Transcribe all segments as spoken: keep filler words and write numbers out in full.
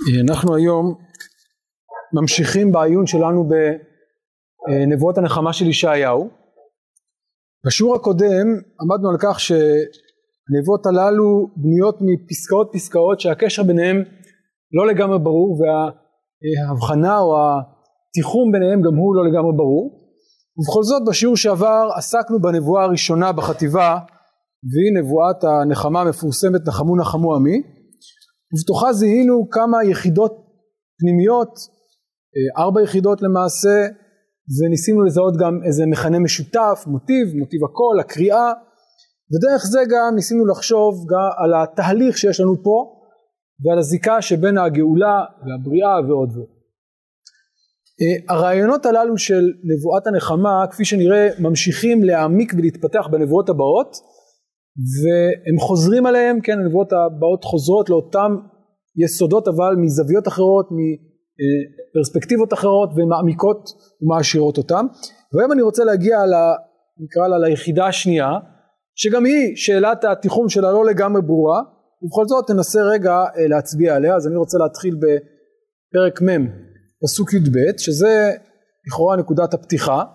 אנחנו היום ממשיכים בעיון שלנו בנבואות הנחמה של ישעיהו. בשיעור הקודם עמדנו על כך שהנבואות הללו בנויות מפסקאות פסקאות שהקשר ביניהם לא לגמרי ברור, וההבחנה או התיחום ביניהם גם הוא לא לגמרי ברור. ובכל זאת בשיעור שעבר עסקנו בנבואה הראשונה בחטיבה, והיא נבואת הנחמה המפורסמת נחמו נחמו עמי, ובתוכה זיהינו כמה יחידות פנימיות, ארבע יחידות למעשה, וניסינו לזהות גם איזה מכנה משותף, מוטיב, מוטיב הכל, הקריאה, ודרך זה גם ניסינו לחשוב גם על התהליך שיש לנו פה, ועל הזיקה שבין הגאולה והבריאה ועוד ועוד. הרעיונות הללו של נבואת הנחמה, כפי שנראה, ממשיכים להעמיק ולהתפתח בנבואות הבאות, והם חוזרים עליהם, כן, הנבואות הבאות חוזרות לאותם יסודות, אבל מזוויות אחרות, מפרספקטיבות אחרות, ומעמיקות ומעשירות אותם. והיום אני רוצה להגיע ל, נקרא לה, ליחידה השנייה, שגם היא שאלת התיחום שלה לא לגמרי ברורה, ובכל זאת תנסה רגע להצביע עליה. אז אני רוצה להתחיל בפרק מ' פסוק י"ב, שזה לכאורה נקודת הפתיחה,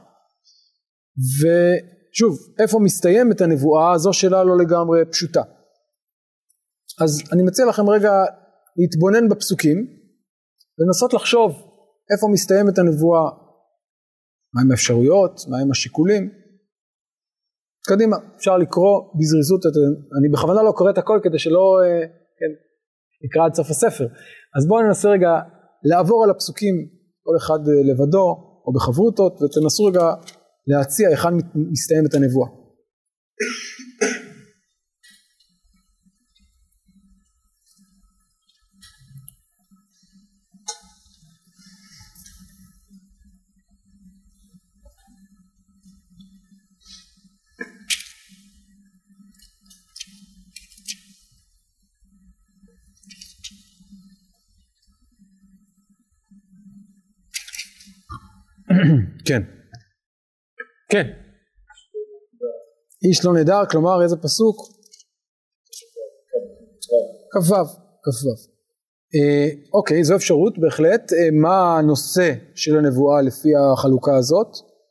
ושוב, איפה מסתיים את הנבואה, זו שאלה לא לגמרי פשוטה. אז אני מציע לכם רגע להתבונן בפסוקים, ולנסות לחשוב איפה מסתיים את הנבואה, מהם האפשרויות, מהם השיקולים. קדימה, אפשר לקרוא בזריזות, אני בכוונה לא קורא את הכל כדי שלא כן, נקרא עד סוף הספר. אז בואו ננסה רגע לעבור על הפסוקים, כל אחד לבדו או בחברותות, ותנסו רגע להציע היכן מסתיים את הנבואה. כן. כן. איש לא נדר, כלומר איזה פסוק? כ"ו, כ"ו. אוקיי, זו אפשרות בהחלט. מה הנושא של הנבואה לפי החלוקה הזאת?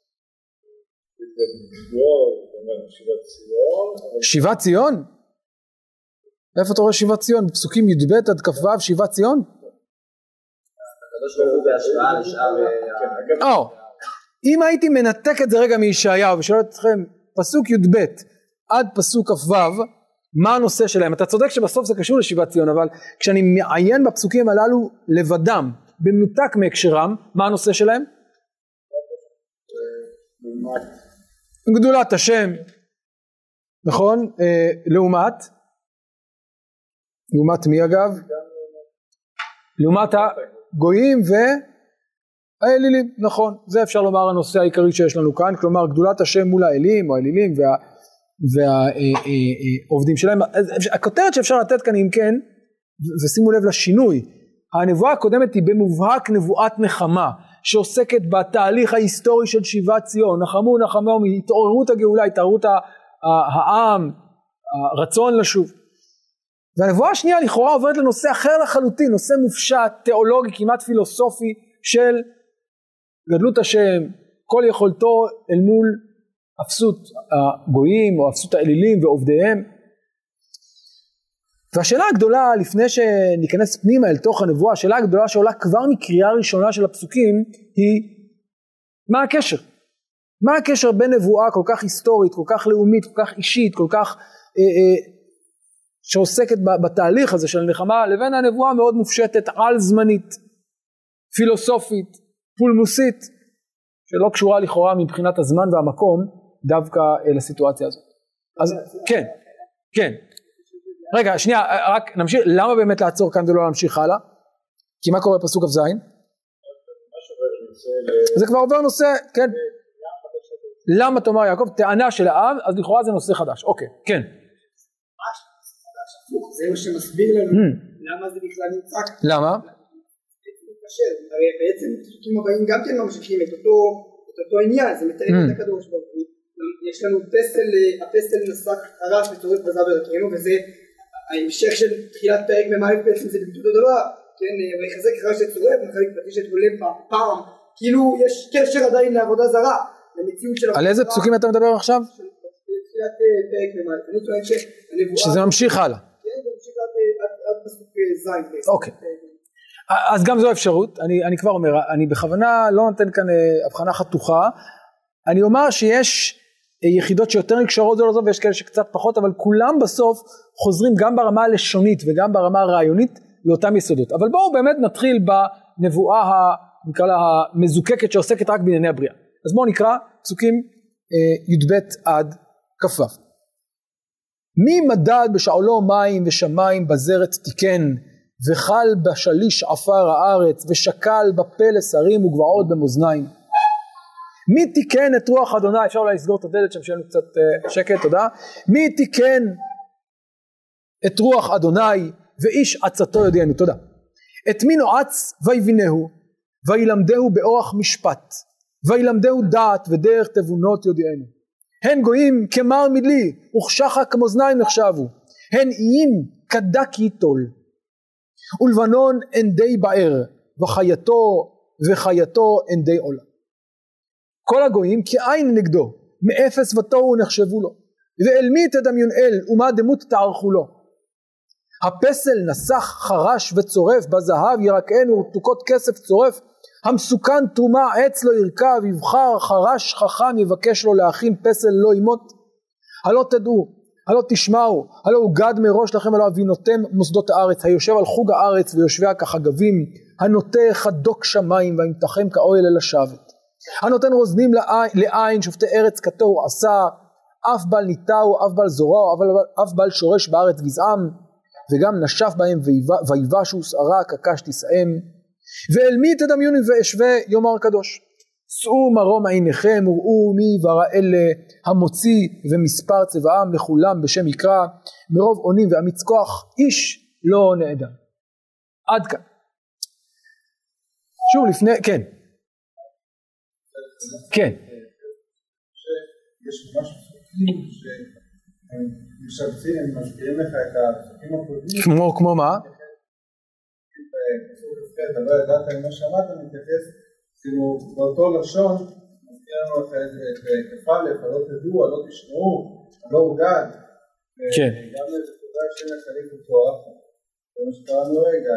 שיבת ציון? איפה אתה רואה שיבת ציון? בפסוקים י"ב עד כ"ו שיבת ציון? או, אם הייתי מנתק את זה רגע מישעיהו ושואל אתכם פסוק י"ב עד פסוק כ"ו, מה הנושא שלהם? אתה צודק שבסוף זה קשור לשיבת ציון, אבל כשאני מעיין בפסוקים הללו לבדם, במנותק מהקשרם, מה הנושא שלהם? גדולת השם, נכון? לעומת? לעומת מי אגב? לעומת הגויים והאלילים, נכון, זה אפשר לומר הנושא העיקרי שיש לנו כאן, כלומר גדולת השם מול האלים או האלילים והעובדים שלהם. הכותרת שאפשר לתת כאן אם כן, ושימו לב לשינוי, הנבואה הקודמת היא במובהק נבואת נחמה, שעוסקת בתהליך ההיסטורי של שיבת ציון, נחמו נחמו מהתעוררות הגאולה, התעוררות העם, הרצון לשוב. והנבואה השנייה לכאורה עוברת לנושא אחר לחלוטין, נושא מופשט, תיאולוגי, כמעט פילוסופי, של גדלות השם, כל יכולתו אל מול אפסות הגויים או אפסות האלילים ועובדיהם. והשאלה הגדולה, לפני שניכנס פנימה אל תוך הנבואה, השאלה הגדולה שעולה כבר מקריאה ראשונה של הפסוקים, היא מה הקשר? מה הקשר בין נבואה כל כך היסטורית, כל כך לאומית, כל כך אישית, כל כך אה, אה, שעוסקת בתהליך הזה של הנחמה, לבין הנבואה מאוד מופשטת, על זמנית, פילוסופית, פולמוסית, שלא קשורה לכאורה מבחינת הזמן והמקום, דווקא לסיטואציה הזאת. אז כן, כן. רגע, שנייה, רק נמשיך, למה באמת לעצור כאן ולא להמשיך הלאה? כי מה קורה בפסוק כ"ז? זה כבר עובר נושא, כן. למה תאמר יעקב, טענה של העם, אז לכאורה זה נושא חדש. אוקיי, כן. זה מה שמסביר לנו למה זה בכלל נמצא. למה? הרי בעצם הפסוקים הבאים גם כן ממשיכים את אותו עניין, זה מתאר את הקדוש ברוך הוא. יש לנו פסל, הפסל נסק הרש וצורף בזר ברכנו, וזה ההמשך של תחילת פרק ממאי, בעצם זה בדיוק אותו דבר, כן, ויחזק חרשת צורף, מחלק פטישת גולם פעם, כאילו יש קשר עדיין לעבודה זרה, למציאות של... על איזה פסוקים אתה מדבר עכשיו? בתחילת פרק ממש, אני טוען שהנבואה... שזה ממשיך הלאה. כן, זה ממשיך עד פסוק זין. אוקיי. אז גם זו אפשרות, אני, אני כבר אומר, אני בכוונה לא נותן כאן הבחנה חתוכה, אני אומר שיש יחידות שיותר נקשרות זו לזו ויש כאלה שקצת פחות, אבל כולם בסוף חוזרים גם ברמה הלשונית וגם ברמה הרעיונית לאותם יסודות. אבל בואו באמת נתחיל בנבואה נקרא לה המזוקקת שעוסקת רק בענייני הבריאה. אז בואו נקרא פסוקים י"ב עד כ"ו. מי מדד בשעולו מים ושמיים בזרת תיקן, וחל בשליש עפר הארץ, ושקל בפלס הרים וגבעות במאזניים. מי תיקן את רוח אדוני, אפשר אולי לסגור את הדלת שם שיהיה לנו קצת uh, שקט, תודה. מי תיקן את רוח אדוני, ואיש עצתו יודענו, תודה. את מי נועץ ויבינהו, וילמדהו באורח משפט, וילמדהו דעת ודרך תבונות יודענו. הן גויים כמר מדלי, וכשחק כמאזניים נחשבו, הן איים כדק ייטול, ולבנון אין די בער, וחייתו וחייתו אין די עולה. כל הגויים כעין נגדו, מאפס ותוהו נחשבו לו, ואל מי תדמיון אל, ומה דמות תערכו לו. הפסל נסח חרש וצורף, בזהב ירקען ורתוקות כסף צורף, המסוכן תרומה עץ לא ירכב, יבחר חרש חכם יבקש לו להכין פסל לא ימות. הלא תדעו, הלא תשמעו, הלא הוא גד מראש לכם, הלא אבינותם מוסדות הארץ, היושב על חוג הארץ ויושביה כחגבים, הנוטה חדוק שמיים והמתחם כאוהל אל השבת, הנותן רוזנים לעין, לעין שופטי ארץ כתוהו עשה, אף בל ניטהו, אף בל זורעו, אף בל שורש בארץ גזעם, וגם נשף בהם ויבשו שערה קקש תסעם. ואל מי תדמיוני ואשווה יאמר קדוש, שאו מרום עיניכם וראו מי ברא אלה המוציא ומספר צבעם לכולם בשם יקרא, מרוב עונים ואמיץ כוח איש לא נעדם. עד כאן. שוב לפני, כן. כן. יש ממש פסוקים שהם משבצים, הם משפיעים לך את הפסוקים הקודמים. כמו, כמו מה? אתה לא ידעת אם מה שמעת, מתייחס, כאילו באותו לשון, מזכיר לנו לך את כפל, הלא תדעו, הלא תשמעו, הלא הוגד. כן. גם איזה תודה שאין לחליף אותו אף. זה מה שקראנו רגע.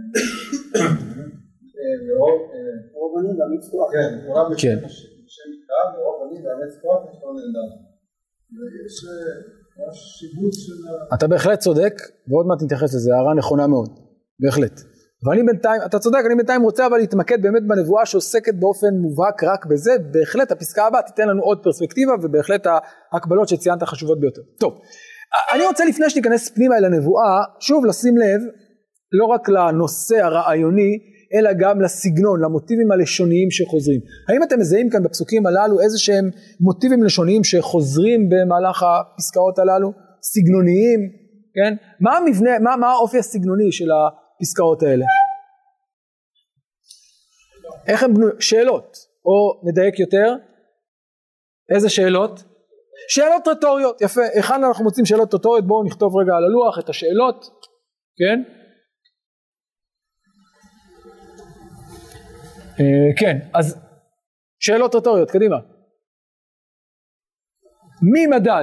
רוב אני ואמיץ כוח. כן, תורה בשם יקרא, ורוב אני ואמיץ כוח, יש לו נדע. ויש ממש שיבוץ של... אתה בהחלט צודק, ועוד מעט נתייחס לזה, הערה נכונה מאוד, בהחלט. ואני בינתיים, אתה צודק, אני בינתיים רוצה אבל להתמקד באמת בנבואה שעוסקת באופן מובהק רק בזה, בהחלט הפסקה הבאה תיתן לנו עוד פרספקטיבה, ובהחלט ההקבלות שציינת חשובות ביותר. טוב, אני רוצה לפני שניכנס פנימה אל הנבואה, שוב לשים לב, לא רק לנושא הרעיוני, אלא גם לסגנון, למוטיבים הלשוניים שחוזרים. האם אתם מזהים כאן בפסוקים הללו איזה שהם מוטיבים לשוניים שחוזרים במהלך הפסקאות הללו? סגנוניים, כן? מה המבנה, מה, מה האופי הסגנוני של הפסקאות האלה? איך הם בנויים? שאלות, או נדייק יותר, איזה שאלות? שאלות רטוריות, יפה. היכן אנחנו מוצאים שאלות רטוריות? בואו נכתוב רגע על הלוח את השאלות, כן? כן, אז שאלות רטוריות, קדימה. מי מדד?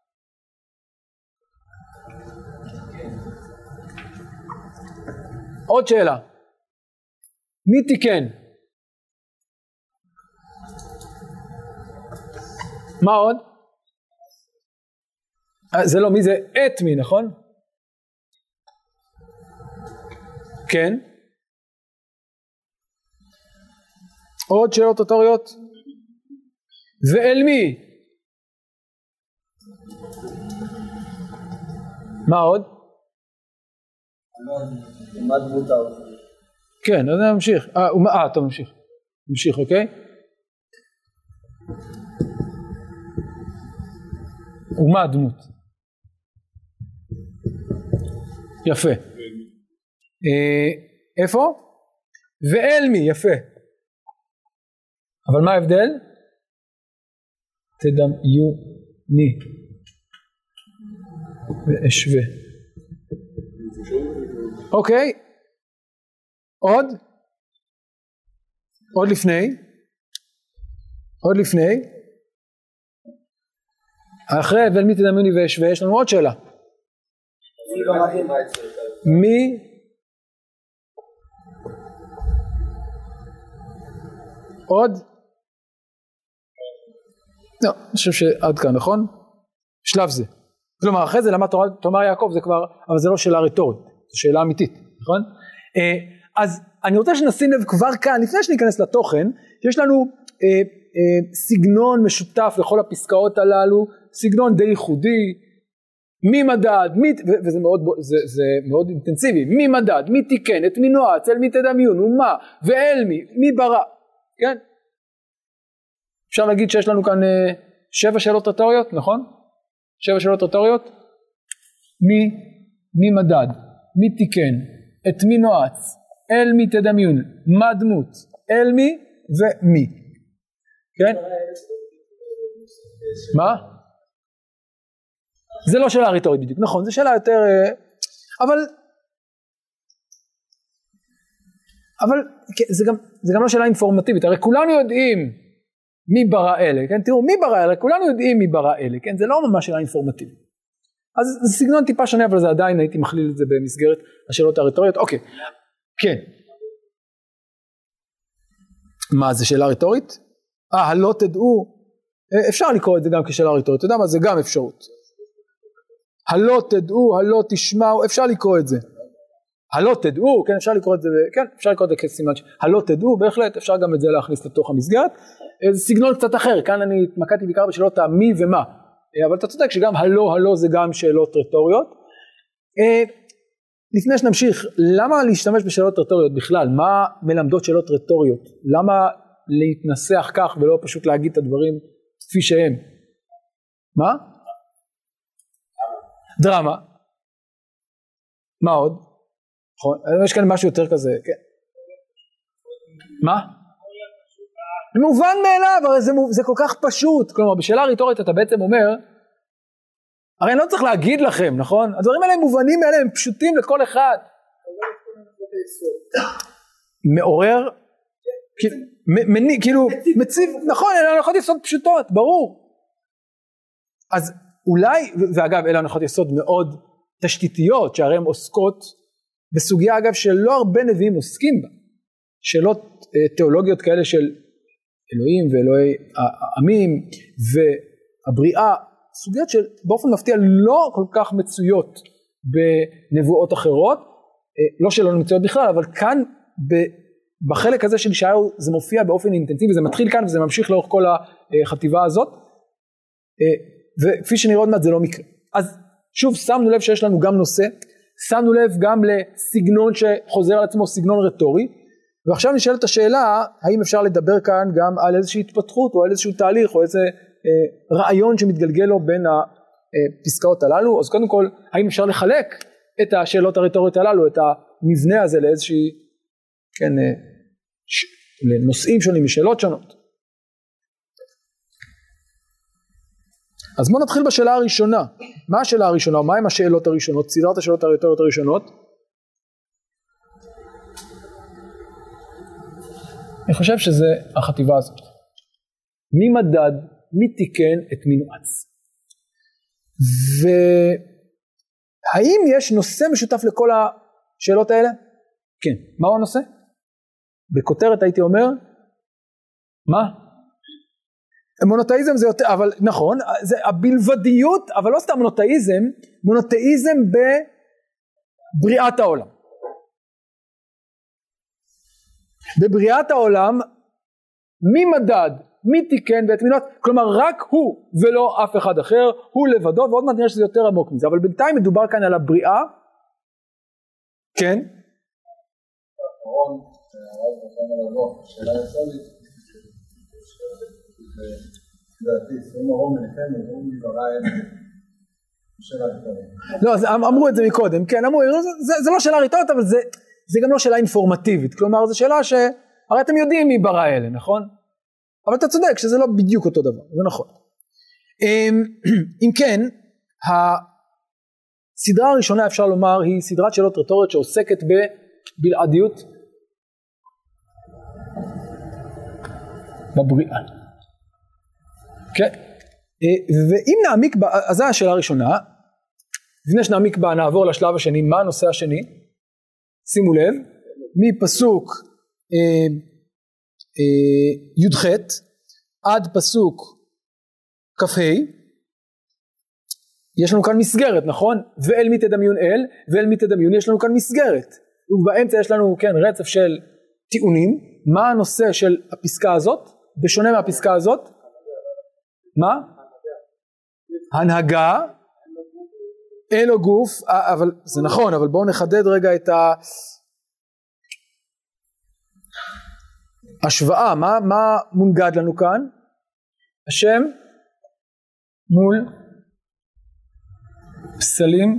עוד שאלה. מי תיקן? מה עוד? זה לא, מי זה? את מי, נכון? כן. עוד שאלות רטוריות? ואל מי? מה עוד? מה דמות האור? כן, אז אני ממשיך. אה, אתה ממשיך. ממשיך, אוקיי? ומה הדמות? יפה. איפה? ואל מי, יפה. אבל מה ההבדל? תדמיוני ואשווה. אוקיי, עוד? עוד לפני? עוד לפני? אחרי ואל מי תדמיוני ואשווה, יש לנו עוד שאלה. מי? עוד? לא, אני חושב שעד כאן, נכון? שלב זה. כלומר, אחרי זה למה תאמר יעקב זה כבר, אבל זה לא שאלה רטורית, זו שאלה אמיתית, נכון? אז אני רוצה שנשים לב כבר כאן, לפני שניכנס לתוכן, שיש לנו אה, אה, סגנון משותף לכל הפסקאות הללו, סגנון די ייחודי, מי מדד, מי, וזה מאוד, זה, זה מאוד אינטנסיבי, מי מדד, מי תיקן, את מי נועץ, אל מי תדמיון, ומה, ואל מי, מי ברא, כן? אפשר להגיד שיש לנו כאן אה, שבע שאלות רטוריות, נכון? שבע שאלות רטוריות, מי, מי מדד, מי תיקן, את מי נועץ, אל מי תדמיון, מה דמות, אל מי ומי, כן? מה? זה לא שאלה רטורית בדיוק, נכון, זה שאלה יותר, אבל, אבל זה גם, זה גם לא שאלה אינפורמטיבית, הרי כולנו יודעים מי ברא אלה, כן? תראו, מי ברא אלה, כולנו יודעים מי ברא אלה, כן? זה לא ממש שאלה אינפורמטיבית. אז זה סגנון טיפה שונה, אבל זה עדיין הייתי מכליל את זה במסגרת השאלות הרטוריות. אוקיי, כן. מה, זה שאלה רטורית? אה, הלא תדעו, אפשר לקרוא את זה גם כשאלה רטורית, אתה יודע מה, זה גם אפשרות. הלא תדעו, הלא תשמעו, אפשר לקרוא את זה. הלא תדעו, כן, אפשר לקרוא את זה, כן, אפשר לקרוא את זה כסימן, הלא תדעו, בהחלט, אפשר גם את זה להכניס לתוך המסגרת. זה סגנון קצת אחר, כאן אני התמקדתי בעיקר בשאלות המי ומה, אבל אתה צודק שגם הלא, הלא זה גם שאלות רטוריות. לפני שנמשיך, למה להשתמש בשאלות רטוריות בכלל? מה מלמדות שאלות רטוריות? למה להתנסח כך ולא פשוט להגיד את הדברים כפי שהם? מה? דרמה. מה עוד? יש כאן משהו יותר כזה, כן. מה? מובן מאליו, הרי זה, זה כל כך פשוט. כלומר, בשאלה רטורית אתה בעצם אומר, הרי אני לא צריך להגיד לכם, נכון? הדברים האלה הם מובנים מאלה, הם פשוטים לכל אחד. מעורר, כאילו, מציב, נכון, אלה הנחות יסוד פשוטות, ברור. אז אולי, ואגב, אלה הנחות יסוד מאוד תשתיתיות, שהרי הן עוסקות בסוגיה, אגב, שלא הרבה נביאים עוסקים בה. שאלות תיאולוגיות כאלה של אלוהים ואלוהי העמים והבריאה, סוגיות שבאופן מפתיע לא כל כך מצויות בנבואות אחרות, לא שלא מצויות בכלל, אבל כאן בחלק הזה של ישעיהו זה מופיע באופן אינטנסיבי, זה מתחיל כאן וזה ממשיך לאורך כל החטיבה הזאת, וכפי שנראה עוד מעט זה לא מקרה. אז שוב, שמנו לב שיש לנו גם נושא, שמנו לב גם לסגנון שחוזר על עצמו, סגנון רטורי, ועכשיו נשאלת השאלה, האם אפשר לדבר כאן גם על איזושהי התפתחות, או על איזשהו תהליך, או איזה אה, רעיון שמתגלגל לו בין הפסקאות הללו. אז קודם כל, האם אפשר לחלק את השאלות הרטוריות הללו, את המבנה הזה לאיזושהי, כן, אה, ש... לנושאים שונים, משאלות שונות. אז בואו נתחיל בשאלה הראשונה. מה השאלה הראשונה? מה הם השאלות הראשונות? סדרת השאלות הרטוריות הראשונות? אני חושב שזה החטיבה הזאת. מי מדד, מי תיקן, את מי נועץ. והאם יש נושא משותף לכל השאלות האלה? כן. מהו הנושא? בכותרת הייתי אומר, מה? מונותאיזם זה יותר, אבל נכון, זה הבלבדיות, אבל לא סתם מונותאיזם, מונותאיזם בבריאת העולם. בבריאת העולם, מי מדד, מי תיקן ואת מי נועץ, כלומר רק הוא ולא אף אחד אחר, הוא לבדו, ועוד מעט נראה שזה יותר עמוק מזה, אבל בינתיים מדובר כאן על הבריאה, כן? שאלה יסודית, לדעתי, סום הרום מנחם, הרום מברא שאלה רטורית. לא, אמרו את זה מקודם, כן, אמרו, זה לא שאלה רטורית, אבל זה גם לא שאלה אינפורמטיבית, כלומר, זו שאלה ש... הרי אתם יודעים מי ברא אלה, נכון? אבל אתה צודק שזה לא בדיוק אותו דבר, זה נכון. אם כן, הסדרה הראשונה אפשר לומר היא סדרת שאלות רטוריות שעוסקת בבלעדיות בבריאה. כן? ואם נעמיק, אז זו השאלה הראשונה, לפני שנעמיק בה נעבור לשלב השני, מה הנושא השני? שימו לב, מפסוק אה, אה, י"ח עד פסוק כ"ה, יש לנו כאן מסגרת, נכון? ואל מי תדמיון אל, ואל מי תדמיון, יש לנו כאן מסגרת, ובאמצע יש לנו כן רצף של טיעונים. מה הנושא של הפסקה הזאת? בשונה מהפסקה הזאת? מה? הנהגה, אין לו גוף, אבל זה נכון, אבל בואו נחדד רגע את ההשוואה, מה, מה מונגד לנו כאן? השם מול פסלים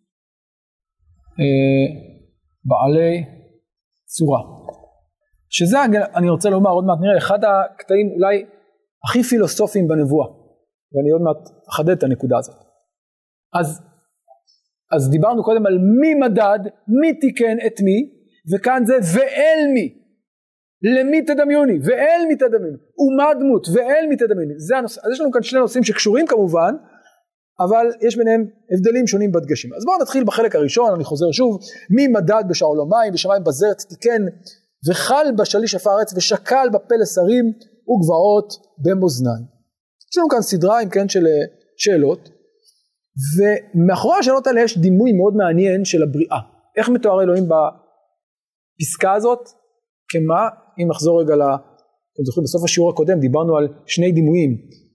אה, בעלי צורה, שזה אני רוצה לומר עוד מעט נראה אחד הקטעים אולי הכי פילוסופיים בנבואה, ואני עוד מעט אחדד את הנקודה הזאת. אז, אז דיברנו קודם על מי מדד, מי תיקן את מי, וכאן זה ואל מי, למי תדמיוני, ואל מי תדמיוני, ומה דמות, ואל מי תדמיוני. זה הנושא. אז יש לנו כאן שני נושאים שקשורים כמובן, אבל יש ביניהם הבדלים שונים בדגשים. אז בואו נתחיל בחלק הראשון, אני חוזר שוב, מי מדד בשעול המים, בשמיים בזרת תיקן, וחל בשליש עפר הארץ, ושקל בפלס הרים וגבעות במאזניים. יש לנו כאן סדרה אם כן של שאלות, ומאחורי השאלות האלה יש דימוי מאוד מעניין של הבריאה. איך מתואר אלוהים בפסקה הזאת? כמה, אם נחזור רגע, אתם זוכרים בסוף השיעור הקודם דיברנו על שני דימויים,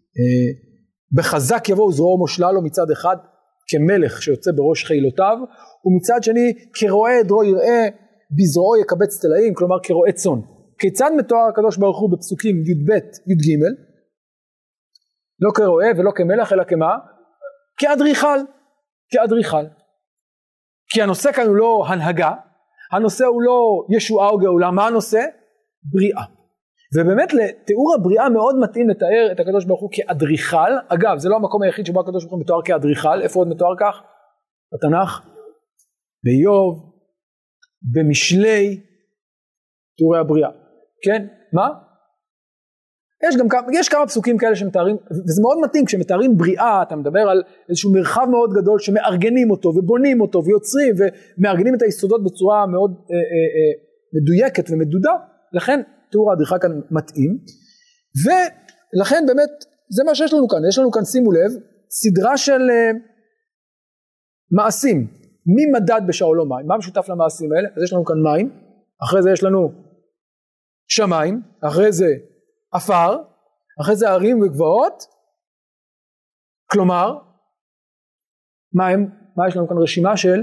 בחזק יבוא זרועו מושלה לו מצד אחד כמלך שיוצא בראש חילותיו, ומצד שני כרועה עדרו יראה בזרועו יקבץ תלאים, כלומר כרועה צאן. כיצד מתואר הקדוש ברוך הוא בפסוקים י"ב י"ג? לא כרועה ולא כמלך אלא כמה? כאדריכל, כאדריכל. כי הנושא כאן הוא לא הנהגה, הנושא הוא לא ישועה או גאולה, מה הנושא? בריאה. ובאמת לתיאור הבריאה מאוד מתאים לתאר את הקדוש ברוך הוא כאדריכל. אגב, זה לא המקום היחיד שבו הקדוש ברוך הוא מתואר כאדריכל. איפה עוד מתואר כך? בתנ"ך, באיוב, במשלי, תיאורי הבריאה. כן? מה? יש גם כמה, יש כמה פסוקים כאלה שמתארים, וזה מאוד מתאים, כשמתארים בריאה, אתה מדבר על איזשהו מרחב מאוד גדול שמארגנים אותו ובונים אותו ויוצרים ומארגנים את היסודות בצורה מאוד אה, אה, אה, מדויקת ומדודה, לכן תיאור האדריכל כאן מתאים, ולכן באמת זה מה שיש לנו כאן. יש לנו כאן, שימו לב, סדרה של אה, מעשים. מי מדד בשעולו מים? מה משותף למעשים האלה? אז יש לנו כאן מים, אחרי זה יש לנו שמיים, אחרי זה עפר, אחרי זה ערים וגבעות. כלומר, מה הם? מה יש לנו כאן? רשימה של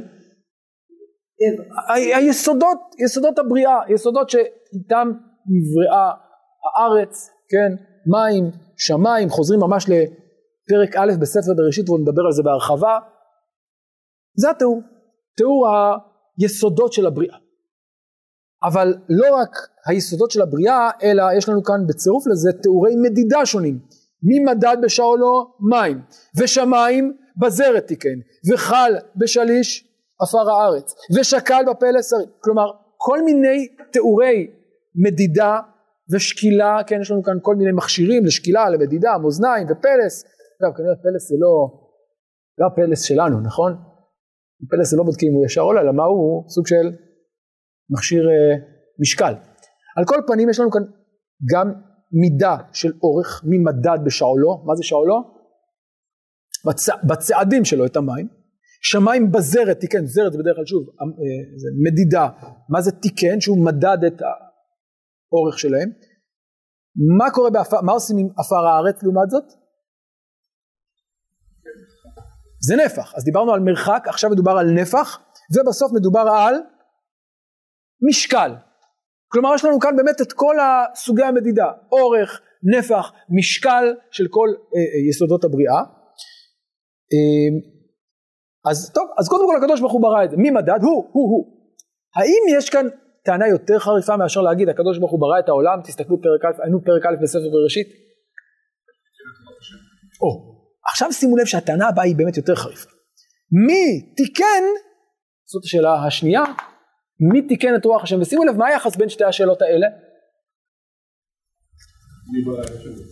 ה- היסודות, יסודות הבריאה, יסודות שאיתם נבראה הארץ, כן, מים, שמיים, חוזרים ממש לפרק א' בספר בראשית ונדבר על זה בהרחבה. זה התיאור, תיאור היסודות של הבריאה. אבל לא רק היסודות של הבריאה, אלא יש לנו כאן בצירוף לזה תיאורי מדידה שונים. מי מדד בשעולו? מים, ושמיים בזרת תיקן, וחל בשליש עפר הארץ, ושקל בפלס הרים. כלומר, כל מיני תיאורי מדידה ושקילה, כן, יש לנו כאן כל מיני מכשירים לשקילה, למדידה, מאזניים ופלס. אגב, כנראה פלס זה לא, לא הפלס שלנו, נכון? פלס זה לא בודקים הוא ישר עולה, אלא מה הוא? סוג של מכשיר אה, משקל. על כל פנים יש לנו כאן גם מידה של אורך, מי מדד בשעולו. מה זה שעולו? בצ... בצעדים שלו את המים. שמיים בזרת תיקן, זרת זה בדרך כלל שוב אה, זה מדידה. מה זה תיקן? שהוא מדד את האורך שלהם. מה קורה באפר, מה עושים עם אפר הארץ לעומת זאת? זה נפח. אז דיברנו על מרחק, עכשיו מדובר על נפח, ובסוף מדובר על משקל. כלומר יש לנו כאן באמת את כל הסוגי המדידה, אורך, נפח, משקל של כל אה, יסודות הבריאה. אה, אז טוב, אז קודם כל הקדוש ברוך הוא ברא את זה. מי מדד? הוא, הוא, הוא. האם יש כאן טענה יותר חריפה מאשר להגיד הקדוש ברוך הוא ברא את העולם? תסתכלו פרק א', היינו פרק א' בספר בראשית. או, עכשיו שימו לב שהטענה הבאה היא באמת יותר חריפה. מי תיקן, זאת השאלה השנייה, מי תיקן את רוח השם? ושימו לב מה היחס בין שתי השאלות האלה? מי ברא את השם?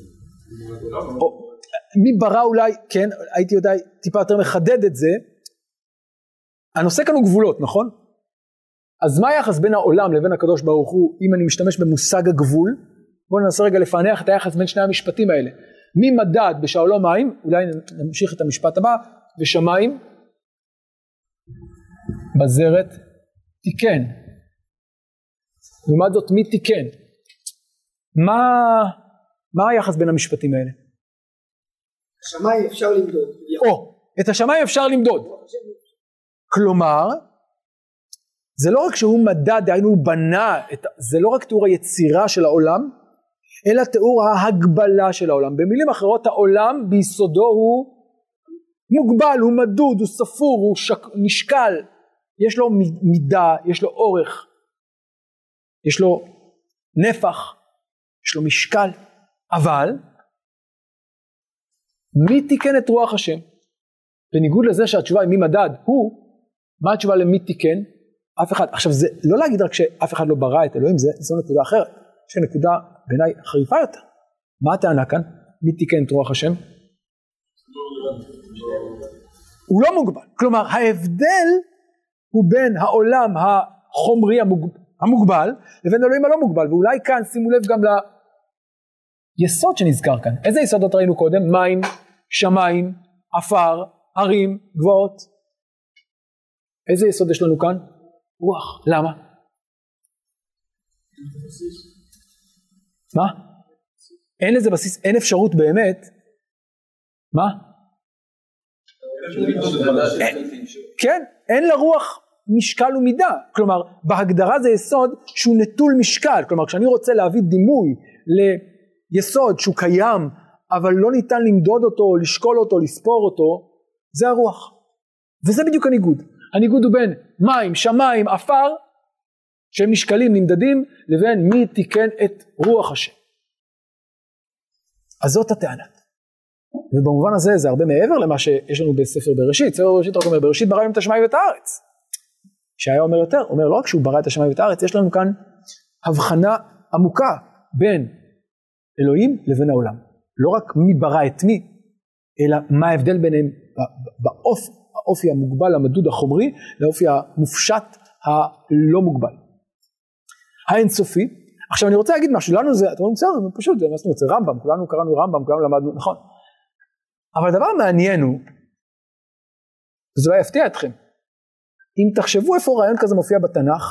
מי ברא אולי, כן, הייתי יודע טיפה יותר מחדד את זה, הנושא כאן הוא גבולות, נכון? אז מה היחס בין העולם לבין הקדוש ברוך הוא, אם אני משתמש במושג הגבול? בואו ננסה רגע לפענח את היחס בין שני המשפטים האלה. מי מדד בשאולו מים, אולי נמשיך את המשפט הבא, ושמיים, בזרת, תיקן. לעומת זאת, מי תיקן? מה, מה היחס בין המשפטים האלה? השמיים אפשר למדוד. או, את השמיים אפשר למדוד. כלומר, זה לא רק שהוא מדד, דהיינו הוא בנה, את, זה לא רק תיאור היצירה של העולם, אלא תיאור ההגבלה של העולם. במילים אחרות, העולם ביסודו הוא מוגבל, הוא מדוד, הוא ספור, הוא שק, נשקל, יש לו מידה, יש לו אורך, יש לו נפח, יש לו משקל, אבל מי תיקן את רוח השם? בניגוד לזה שהתשובה היא מי מדד, הוא, מה התשובה למי תיקן? אף אחד. עכשיו זה לא להגיד רק שאף אחד לא ברא את אלוהים, זה, זו נקודה אחרת, יש נקודה בעיניי חריפה יותר. מה הטענה כאן? מי תיקן את רוח השם? הוא לא מוגבל. כלומר ההבדל הוא בין העולם החומרי המוגבל לבין אלוהים הלא מוגבל, ואולי כאן שימו לב גם ליסוד שנזכר כאן. איזה יסודות ראינו קודם? מים, שמיים, אפר, הרים, גבעות. איזה יסוד יש לנו כאן? רוח. למה? מה? אין לזה בסיס, אין אפשרות באמת. מה? כן, אין לרוח משקל ומידה. כלומר, בהגדרה זה יסוד שהוא נטול משקל. כלומר, כשאני רוצה להביא דימוי ליסוד שהוא קיים, אבל לא ניתן למדוד אותו, לשקול אותו, לספור אותו, זה הרוח. וזה בדיוק הניגוד. הניגוד הוא בין מים, שמיים, אפר, שהם משקלים, נמדדים, לבין מי תיקן את רוח השם. אז זאת הטענה. ובמובן הזה זה הרבה מעבר למה שיש לנו בספר בראשית. ספר בראשית רק אומר, בראשית ברא את השמיים ואת הארץ. שהיה אומר יותר, אומר לא רק שהוא ברא את השמיים ואת הארץ, יש לנו כאן הבחנה עמוקה בין אלוהים לבין העולם. לא רק מי ברא את מי, אלא מה ההבדל ביניהם באופי, האופי המוגבל, המדוד החומרי, לאופי המופשט הלא מוגבל. האינסופי. עכשיו אני רוצה להגיד משהו, לנו זה, אתם אומרים, בסדר, זה פשוט, זה מה זה רמב"ם, כולנו קראנו רמב"ם, כולנו למדנו, נכון. אבל הדבר המעניין הוא, וזה לא יפתיע אתכם, אם תחשבו איפה רעיון כזה מופיע בתנ"ך,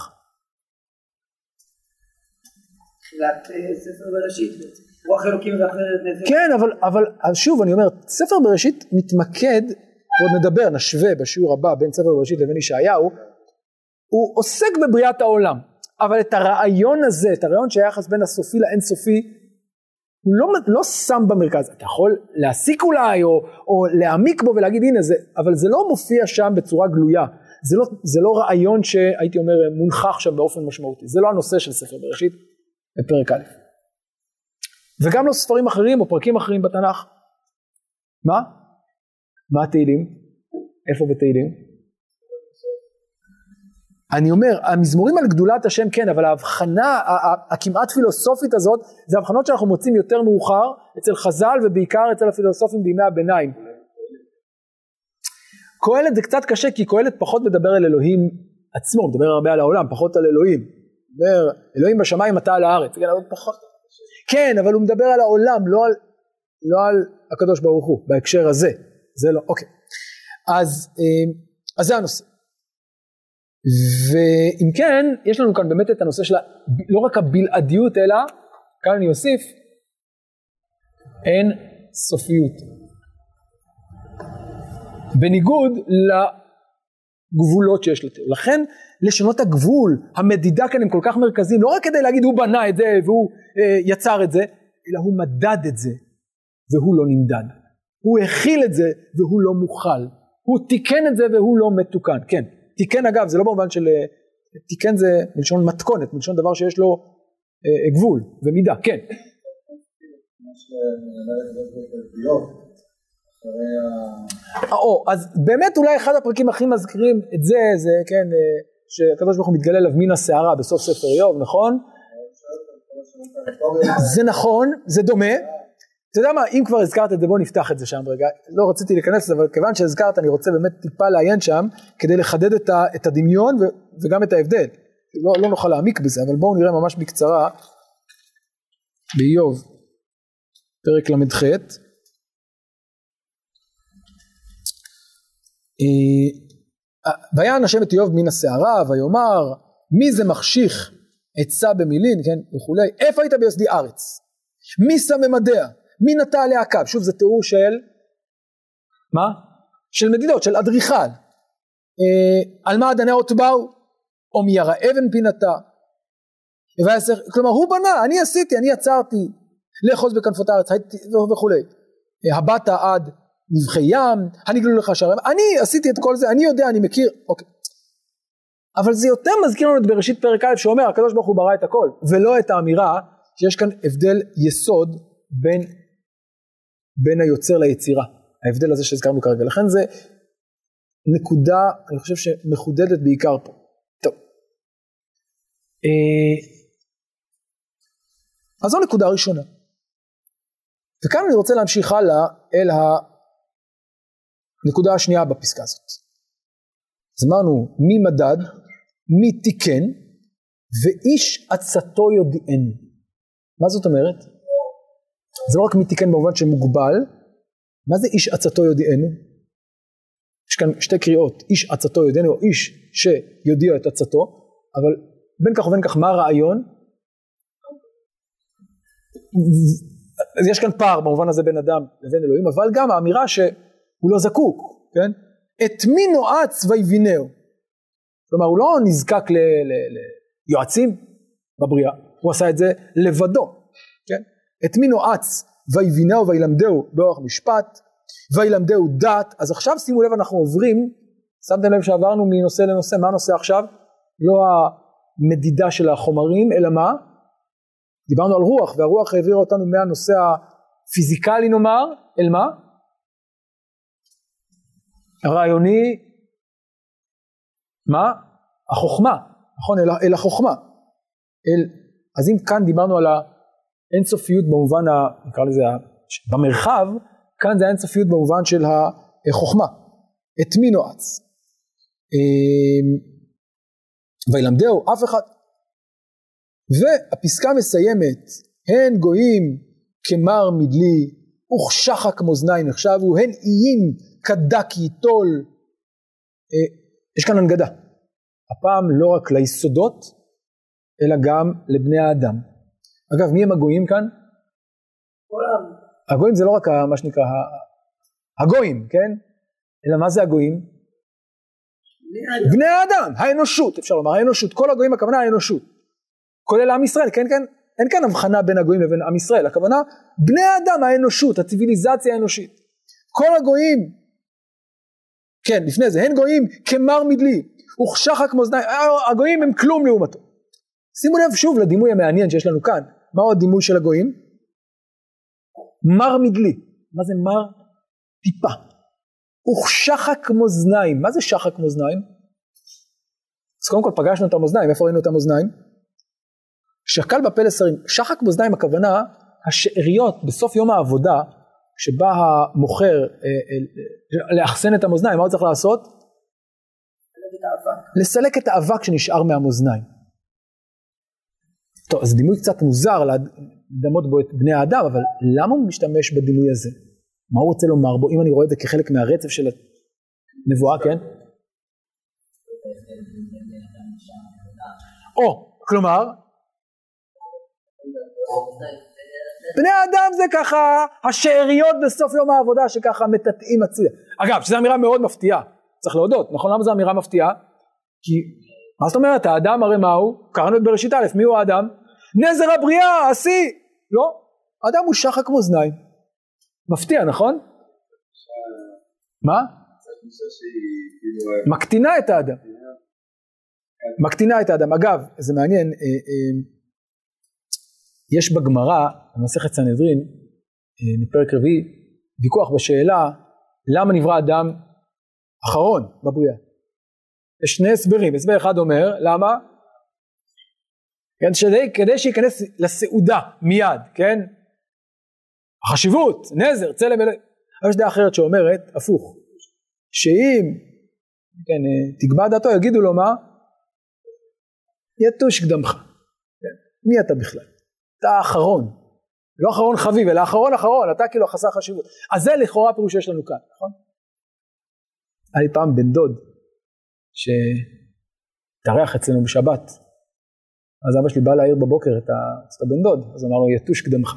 תחילת ספר בראשית, רוח אלוקים ואחרת. כן, אבל, אבל שוב אני אומר, ספר בראשית מתמקד, ועוד נדבר, נשווה בשיעור הבא בין ספר בראשית לבין ישעיהו, הוא עוסק בבריאת העולם, אבל את הרעיון הזה, את הרעיון שהיחס בין הסופי לאינסופי, הוא לא, לא שם במרכז. אתה יכול להסיק אולי, או, או להעמיק בו ולהגיד הנה זה, אבל זה לא מופיע שם בצורה גלויה, זה לא, זה לא רעיון שהייתי אומר מונחח שם באופן משמעותי, זה לא הנושא של ספר בראשית בפרק א'. וגם לא ספרים אחרים או פרקים אחרים בתנ"ך. מה? מה התהילים? איפה בתהילים? אני אומר, המזמורים על גדולת השם כן, אבל ההבחנה הכמעט פילוסופית הזאת, זה הבחנות שאנחנו מוצאים יותר מאוחר, אצל חז"ל ובעיקר אצל הפילוסופים בימי הביניים. קהלת זה קצת קשה, כי קהלת פחות מדבר על אלוהים עצמו, מדבר הרבה על העולם, פחות על אלוהים. מדבר, אלוהים בשמיים אתה על הארץ, כן, אבל פחות. כן, אבל הוא מדבר על העולם, לא על, לא על הקדוש ברוך הוא, בהקשר הזה. זה לא, אוקיי. אז, אז זה הנושא. ואם כן, יש לנו כאן באמת את הנושא של לא רק הבלעדיות, אלא, כאן אני אוסיף, אין סופיות. בניגוד לגבולות שיש לתאר. לכן, לשנות הגבול, המדידה כאן הם כל כך מרכזיים, לא רק כדי להגיד הוא בנה את זה והוא אה, יצר את זה, אלא הוא מדד את זה והוא לא נמדד. הוא הכיל את זה והוא לא מוכל. הוא תיקן את זה והוא לא מתוקן. כן. תיקן אגב, זה לא במובן של, תיקן זה מלשון מתכונת, מלשון דבר שיש לו אה, גבול ומידה, כן. או, אז באמת אולי אחד הפרקים הכי מזכירים את זה, זה כן, שהקדוש ברוך הוא מתגלה אליו מן הסערה בסוף ספר איוב, נכון? זה נכון, זה דומה. אתה יודע מה, אם כבר הזכרת את זה, בוא נפתח את זה שם רגע. לא רציתי להיכנס לזה, אבל כיוון שהזכרת, אני רוצה באמת טיפה לעיין שם, כדי לחדד את, ה, את הדמיון ו, וגם את ההבדל. לא, לא נוכל להעמיק בזה, אבל בואו נראה ממש בקצרה, באיוב, פרק למ"ח. ויען השם את איוב מן הסערה, ויאמר, מי זה מחשיך עצה במילין, כן, וכולי, איפה היית ביוסדי ארץ? מי שם ממדיה? מי נטע עליה קו? שוב, זה תיאור של, מה? של מדידות, של אדריכל. אה, על מה עדניות באו? או מי ירה אבן פינתה? כלומר, הוא בנה, אני עשיתי, אני יצרתי, לאחוז בכנפות הארץ, וכולי. הבאת עד נבחי ים, הנגלו לך שערים, אני עשיתי את כל זה, אני יודע, אני מכיר, אוקיי. אבל זה יותר מזכיר לנו את בראשית פרק א' שאומר, הקדוש ברוך הוא ברא את הכל, ולא את האמירה שיש כאן הבדל יסוד בין, בין היוצר ליצירה, ההבדל הזה שהזכרנו כרגע. לכן זה נקודה, אני חושב שמחודדת בעיקר פה. טוב. אז זו נקודה ראשונה. וכאן אני רוצה להמשיך הלאה אל הנקודה השנייה בפסקה הזאת. אז אמרנו, מי מדד, מי תיקן, ואיש עצתו יודענו. מה זאת אומרת? זה לא רק מי תיקן במובן שמוגבל, מה זה איש עצתו יודענו? יש כאן שתי קריאות, איש עצתו יודענו, או איש שיודיע את עצתו, אבל בין כך ובין כך מה הרעיון? אז יש כאן פער במובן הזה בין אדם לבין אלוהים, אבל גם האמירה שהוא לא זקוק, כן? את מי נועץ ויבינהו. כלומר, הוא לא נזקק ליועצים בבריאה, הוא עשה את זה לבדו, כן? את מי נועץ ויבינהו וילמדהו באורח משפט, וילמדהו דת. אז עכשיו שימו לב, אנחנו עוברים, שמתם לב שעברנו מנושא לנושא, מה הנושא עכשיו? לא המדידה של החומרים, אלא מה? דיברנו על רוח, והרוח העבירה אותנו מהנושא הפיזיקלי נאמר, אל מה? הרעיוני, מה? החוכמה, נכון? אל, אל החוכמה. אל, אז אם כאן דיברנו על האינסופיות במובן, ה, נקרא לזה, במרחב, כאן זה האינסופיות במובן של החוכמה. את מי נועץ? וילמדהו אף אחד. והפסקה מסיימת, הן גויים כמר מדלי, וכשחק מאזניים נחשבו, הן איים כדק ייטול. יש כאן הנגדה, הפעם לא רק ליסודות, אלא גם לבני האדם. אגב, מי הם הגויים כאן? עולם. הגויים זה לא רק מה שנקרא, הגויים, כן? אלא מה זה הגויים? בני האדם. בני האדם, האנושות, אפשר לומר, האנושות, כל הגויים הכוונה האנושות. כולל עם ישראל, כן, כן, אין כאן הבחנה בין הגויים לבין עם ישראל, הכוונה בני האדם, האנושות, הציביליזציה האנושית. כל הגויים, כן, לפני זה, הן גויים כמר מדלי, וכשחק מאזניים, הגויים הם כלום לעומתו. שימו לב שוב לדימוי המעניין שיש לנו כאן, מהו הדימוי של הגויים? מר מדלי, מה זה מר? טיפה. וכשחק מאזניים, מה זה שחק מאזניים? אז קודם כל פגשנו את המאזניים, איפה ראינו את המאזניים? שקל בפלסרים, שחק מאזניים הכוונה, השאריות בסוף יום העבודה, כשבא המוכר לאחסן את המאזניים, מה הוא צריך לעשות? לסלק את האבק שנשאר מהמאזניים. טוב, אז דימוי קצת מוזר לדמות בו את בני האדם, אבל למה הוא משתמש בדימוי הזה? מה הוא רוצה לומר בו, אם אני רואה את זה כחלק מהרצף של הנבואה, כן? או, כלומר, בני האדם זה ככה השאריות בסוף יום העבודה שככה מטאטאים הצידה. אגב, שזו אמירה מאוד מפתיעה, צריך להודות, נכון? למה זו אמירה מפתיעה? כי, מה זאת אומרת, האדם הרי מהו? קראנו את בראשית א', מי הוא האדם? נזר הבריאה, עשי! לא, האדם הוא שחק מאזניים. מפתיע, נכון? מה? מקטינה את האדם. מקטינה את האדם. אגב, זה מעניין, יש בגמרא, במסכת סנהדרין, בפרק רביעי, ויכוח בשאלה, למה נברא אדם אחרון בבריאה? יש שני הסברים, הסבר אחד אומר, למה? כן, שדי, כדי שייכנס לסעודה מיד, כן? החשיבות, נזר, צלם אלוהים. יש דעה אחרת שאומרת, הפוך, שאם כן, תקבע דעתו, יגידו לו מה? יתוש קדמך. כן. מי אתה בכלל? אתה האחרון. לא אחרון חביב, אלא אחרון אחרון, אתה כאילו חסר חשיבות. אז זה לכאורה פירוש שיש לנו כאן, נכון? היה לי פעם בן דוד, שתארח אצלנו בשבת, אז אבא שלי בא להעיר בבוקר את הבן דוד, אז אמר לו, יתוש קדמך.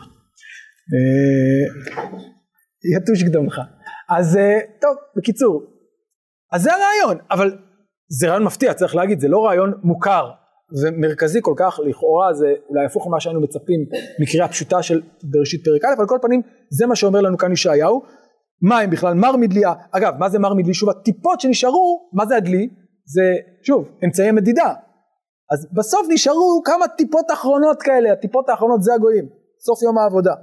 יתוש קדמך. אז טוב, בקיצור, אז זה הרעיון, אבל זה רעיון מפתיע, צריך להגיד, זה לא רעיון מוכר ומרכזי כל כך, לכאורה זה אולי הפוך ממה שהיינו מצפים מקריאה פשוטה של בראשית פרק א', על כל פנים זה מה שאומר לנו כאן ישעיהו. מה הם בכלל? מר מדלי, אגב, מה זה מר מדלי? שוב, הטיפות שנשארו, מה זה הדלי? זה, שוב, אמצעי מדידה. אז בסוף נשארו כמה טיפות אחרונות כאלה, הטיפות האחרונות זה הגויים, סוף יום העבודה.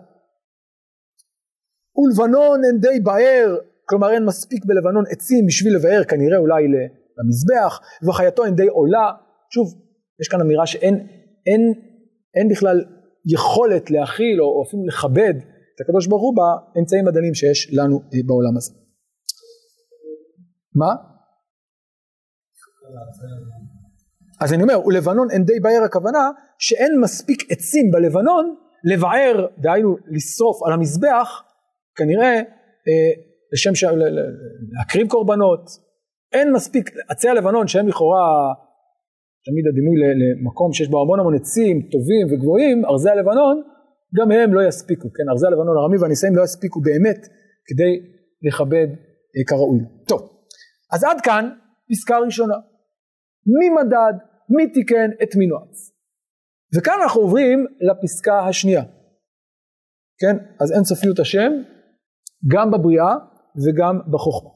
ולבנון אין די בער, כלומר אין מספיק בלבנון עצים בשביל לבאר, כנראה אולי למזבח, וחייתו אין די עולה. שוב, יש כאן אמירה שאין אין, אין בכלל יכולת להכיל או אפילו לכבד את הקדוש ברוך הוא באמצעים הדלים שיש לנו בעולם הזה. מה? אז אני אומר, ולבנון אין די בער, הכוונה שאין מספיק עצים בלבנון לבער, דהיינו לשרוף על המזבח, כנראה אה, לשם ש... להקריב קורבנות. אין מספיק עצי הלבנון שהם לכאורה תמיד הדימוי למקום שיש בו המון המון עצים טובים וגבוהים, ארזי הלבנון גם הם לא יספיקו, כן, ארזי הלבנון הרמי והנישאים לא יספיקו באמת כדי לכבד אה, כראוי. טוב, אז עד כאן פסקה ראשונה, מי מדד, מי תיקן, את מי נועץ. וכאן אנחנו עוברים לפסקה השנייה, כן, אז אין סופיות השם גם בבריאה וגם בחוכמה.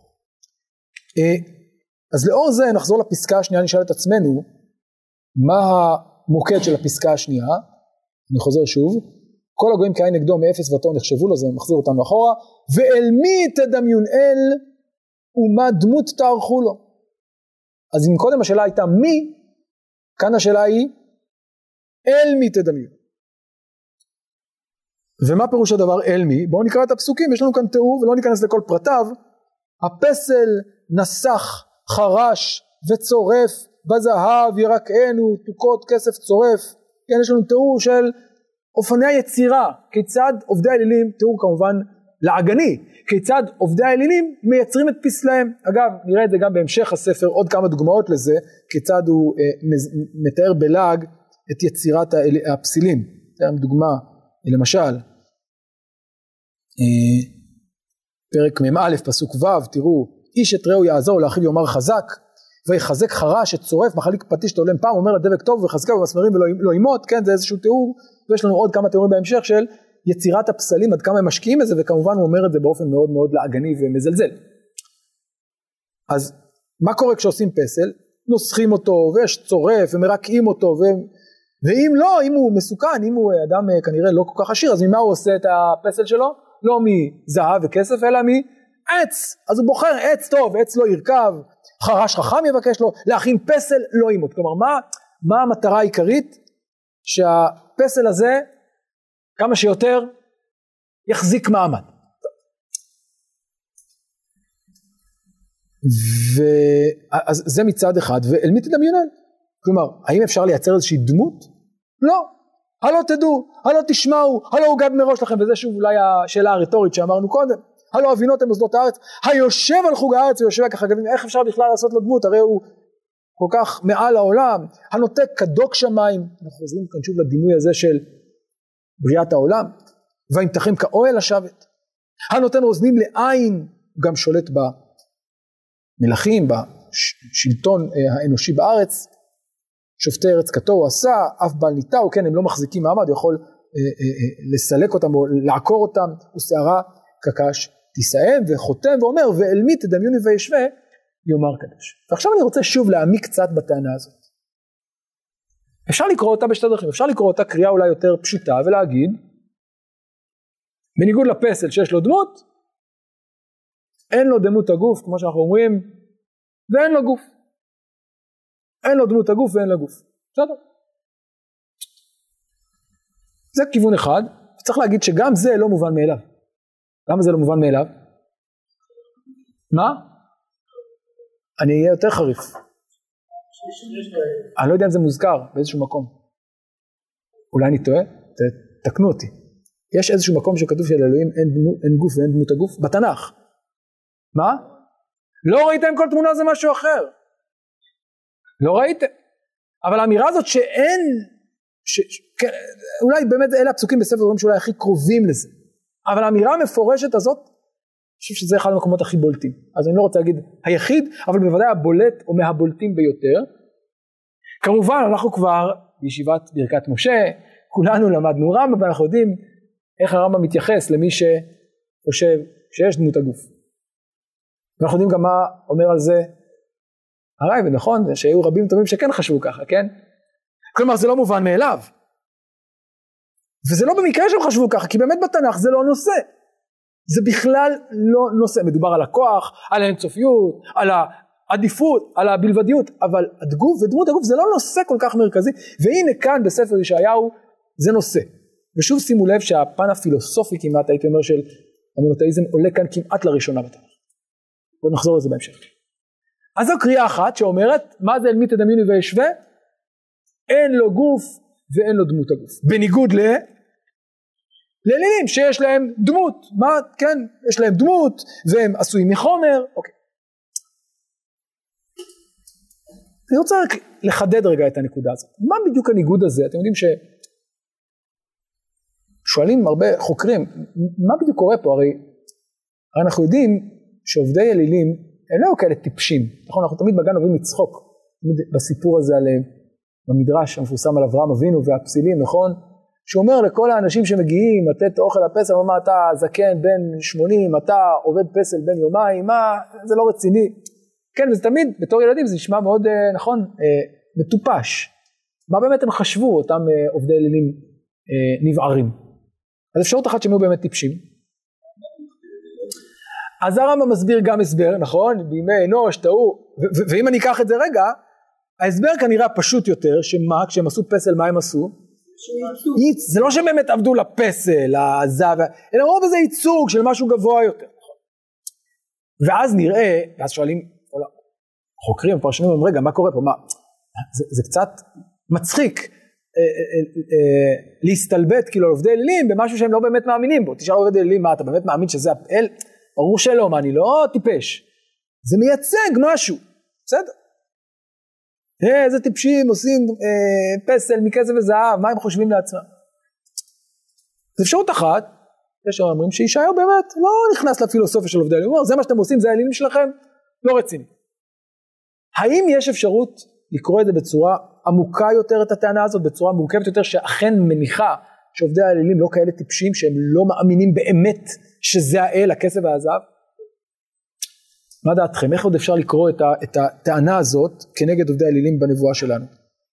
אז לאור זה נחזור לפסקה השנייה, נשאל את עצמנו מה המוקד של הפסקה השנייה. אני חוזר שוב, כל הגויים כאין נגדו מאפס ותור נחשבו לו, זה מחזיר אותנו אחורה. ואל מי תדמיון אל ומה דמות תערכו לו. אז אם קודם השאלה הייתה מי, כאן השאלה היא אל מי תדמיון. ומה פירוש הדבר אל מי? בואו נקרא את הפסוקים, יש לנו כאן תיאור ולא ניכנס לכל פרטיו. הפסל נסח, חרש וצורף, בזהב ירקענו, תוקות כסף צורף. כן, יש לנו תיאור של אופני היצירה, כיצד עובדי האלילים, תיאור כמובן לעגני, כיצד עובדי האלילים מייצרים את פסלהם. אגב, נראה את זה גם בהמשך הספר, עוד כמה דוגמאות לזה, כיצד הוא אה, מתאר בלעג את יצירת הפסילים. תראה דוגמה, למשל, אה, פרק מ"א פסוק ו', תראו, איש את רעהו יעזור לאחיו יאמר חזק, ויחזק חרש את צורף מחליק פטיש תעולם פעם, אומר לדבק טוב וחזקה במסמרים ולא ימות. כן, זה איזשהו תיאור, ויש לנו עוד כמה תיאורים בהמשך של יצירת הפסלים, עד כמה הם משקיעים בזה, וכמובן הוא אומר את זה באופן מאוד מאוד לעגני ומזלזל. אז מה קורה כשעושים פסל? נוסחים אותו ויש צורף ומרקעים אותו, ו... ואם לא, אם הוא מסוכן, אם הוא אדם כנראה לא כל כך עשיר, אז ממה הוא עושה את הפסל שלו? לא מזהב וכסף אלא מעץ. אז הוא בוחר עץ טוב, עץ לא ירכב, חרש חכם יבקש לו, להכין פסל לא ימות. כלומר, מה, מה המטרה העיקרית? שהפסל הזה כמה שיותר יחזיק מעמד. ואז זה מצד אחד, ואל מי תדמיונן? כלומר, האם אפשר לייצר איזושהי דמות? לא. הלא תדעו, הלא תשמעו, הלא הוגד מראש לכם, וזה שוב אולי השאלה הרטורית שאמרנו קודם. הלא אבינות הם מוסדות הארץ, היושב על חוג הארץ ויושב כחגבים, איך אפשר בכלל לעשות לו דמות? הרי הוא כל כך מעל העולם, הנותק כדוק שמיים. אנחנו חוזרים כאן שוב לדימוי הזה של בריאת העולם, וימתחם כאוהל השבת, הנותן רוזנים לעין, גם שולט במלכים, בשלטון האנושי בארץ, שופטי ארץ כתו הוא עשה, אף בעל ניתאו, כן, הם לא מחזיקים מעמד, הוא יכול אה, אה, אה, לסלק אותם או לעקור אותם, ושערה קקש תישאם, וחותם ואומר, ואל מי תדמיוני וישווה, יאמר קדש. ועכשיו אני רוצה שוב להעמיק קצת בטענה הזאת. אפשר לקרוא אותה בשתי דרכים, אפשר לקרוא אותה קריאה אולי יותר פשוטה, ולהגיד, בניגוד לפסל שיש לו דמות, אין לו דמות הגוף, כמו שאנחנו אומרים, ואין לו גוף. אין לו דמות הגוף ואין לו גוף. בסדר? זה כיוון אחד, צריך להגיד שגם זה לא מובן מאליו. למה זה לא מובן מאליו? מה? אני אהיה יותר חריף. אני לא יודע אם זה מוזכר באיזשהו מקום. אולי אני טועה? תקנו אותי. יש איזשהו מקום שכתוב שלאלוהים אין, אין גוף ואין דמות הגוף? בתנ"ך. מה? לא ראיתם כל תמונה זה משהו אחר. לא ראיתם. אבל האמירה הזאת שאין, ש, ש, כן, אולי באמת אלה הפסוקים בספר דברים שאולי הכי קרובים לזה. אבל האמירה המפורשת הזאת, אני חושב שזה אחד המקומות הכי בולטים. אז אני לא רוצה להגיד היחיד, אבל בוודאי הבולט או מהבולטים ביותר. כמובן אנחנו כבר בישיבת ברכת משה, כולנו למדנו רמב"ם, ואנחנו יודעים איך הרמב"ם מתייחס למי שחושב שיש דמות הגוף. ואנחנו יודעים גם מה אומר על זה הרייבד, ונכון, שהיו רבים טובים שכן חשבו ככה, כן? כלומר זה לא מובן מאליו. וזה לא במקרה שהם חשבו ככה, כי באמת בתנ"ך זה לא נושא. זה בכלל לא נושא. מדובר על הכוח, על האינסופיות, על העדיפות, על הבלבדיות, אבל הגוף ודמות הגוף זה לא נושא כל כך מרכזי, והנה כאן בספר ישעיהו זה נושא. ושוב שימו לב שהפן הפילוסופי כמעט, הייתי אומר, של המונותאיזם עולה כאן כמעט לראשונה בתנ"ך. בואו נחזור לזה בהמשך. אז זו קריאה אחת שאומרת, מה זה אל מי תדמיינו וישווה? אין לו גוף ואין לו דמות הגוף. בניגוד ל... לאלילים שיש להם דמות. מה? כן, יש להם דמות והם עשויים מחומר. אוקיי. אני רוצה רק לחדד רגע את הנקודה הזאת. מה בדיוק הניגוד הזה? אתם יודעים ששואלים הרבה חוקרים, מה בדיוק קורה פה? הרי, הרי אנחנו יודעים שעובדי אלילים הם לא כאלה טיפשים. נכון, אנחנו תמיד בגן אוהבים לצחוק. תמיד בסיפור הזה על המדרש המפורסם על אברהם אבינו והפסילים, נכון? שאומר לכל האנשים שמגיעים לתת אוכל לפסל, אומר, אתה זקן בן שמונים, אתה עובד פסל בן יומיים, מה, זה לא רציני. כן, וזה תמיד, בתור ילדים זה נשמע מאוד, נכון, מטופש. מה באמת הם חשבו, אותם עובדי אלילים נבערים? אז אפשרות אחת שהם היו באמת טיפשים. אז הרמב"ם מסביר גם הסבר, נכון? בימי אנוש, טעו, ואם אני אקח את זה רגע, ההסבר כנראה פשוט יותר, שמה, כשהם עשו פסל, מה הם עשו? זה לא שהם באמת עבדו לפסל, לזב, אלא רוב איזה ייצוג של משהו גבוה יותר. ואז נראה, ואז שואלים, חוקרים, פרשנים, אומרים, רגע, מה קורה פה? מה? זה, זה קצת מצחיק אה, אה, אה, להסתלבט כאילו על עובדי אלילים במשהו שהם לא באמת מאמינים בו. תשאל עובדי אלילים, מה, אתה באמת מאמין שזה האל? ברור שלא, מה, אני לא טיפש. זה מייצג משהו, בסדר? אה, איזה טיפשים עושים אה, פסל מכסף וזהב, מה הם חושבים לעצמם? זו אפשרות אחת, יש שאומרים שישעיהו באמת לא נכנס לפילוסופיה של עובדי אלילים, הוא אומר, זה מה שאתם עושים, זה האלילים שלכם, לא רציני. האם יש אפשרות לקרוא את זה בצורה עמוקה יותר, את הטענה הזאת, בצורה מורכבת יותר, שאכן מניחה שעובדי האלילים לא כאלה טיפשים, שהם לא מאמינים באמת שזה האל, הכסף והזהב? מה דעתכם? איך עוד אפשר לקרוא את, ה, את הטענה הזאת כנגד עובדי האלילים בנבואה שלנו?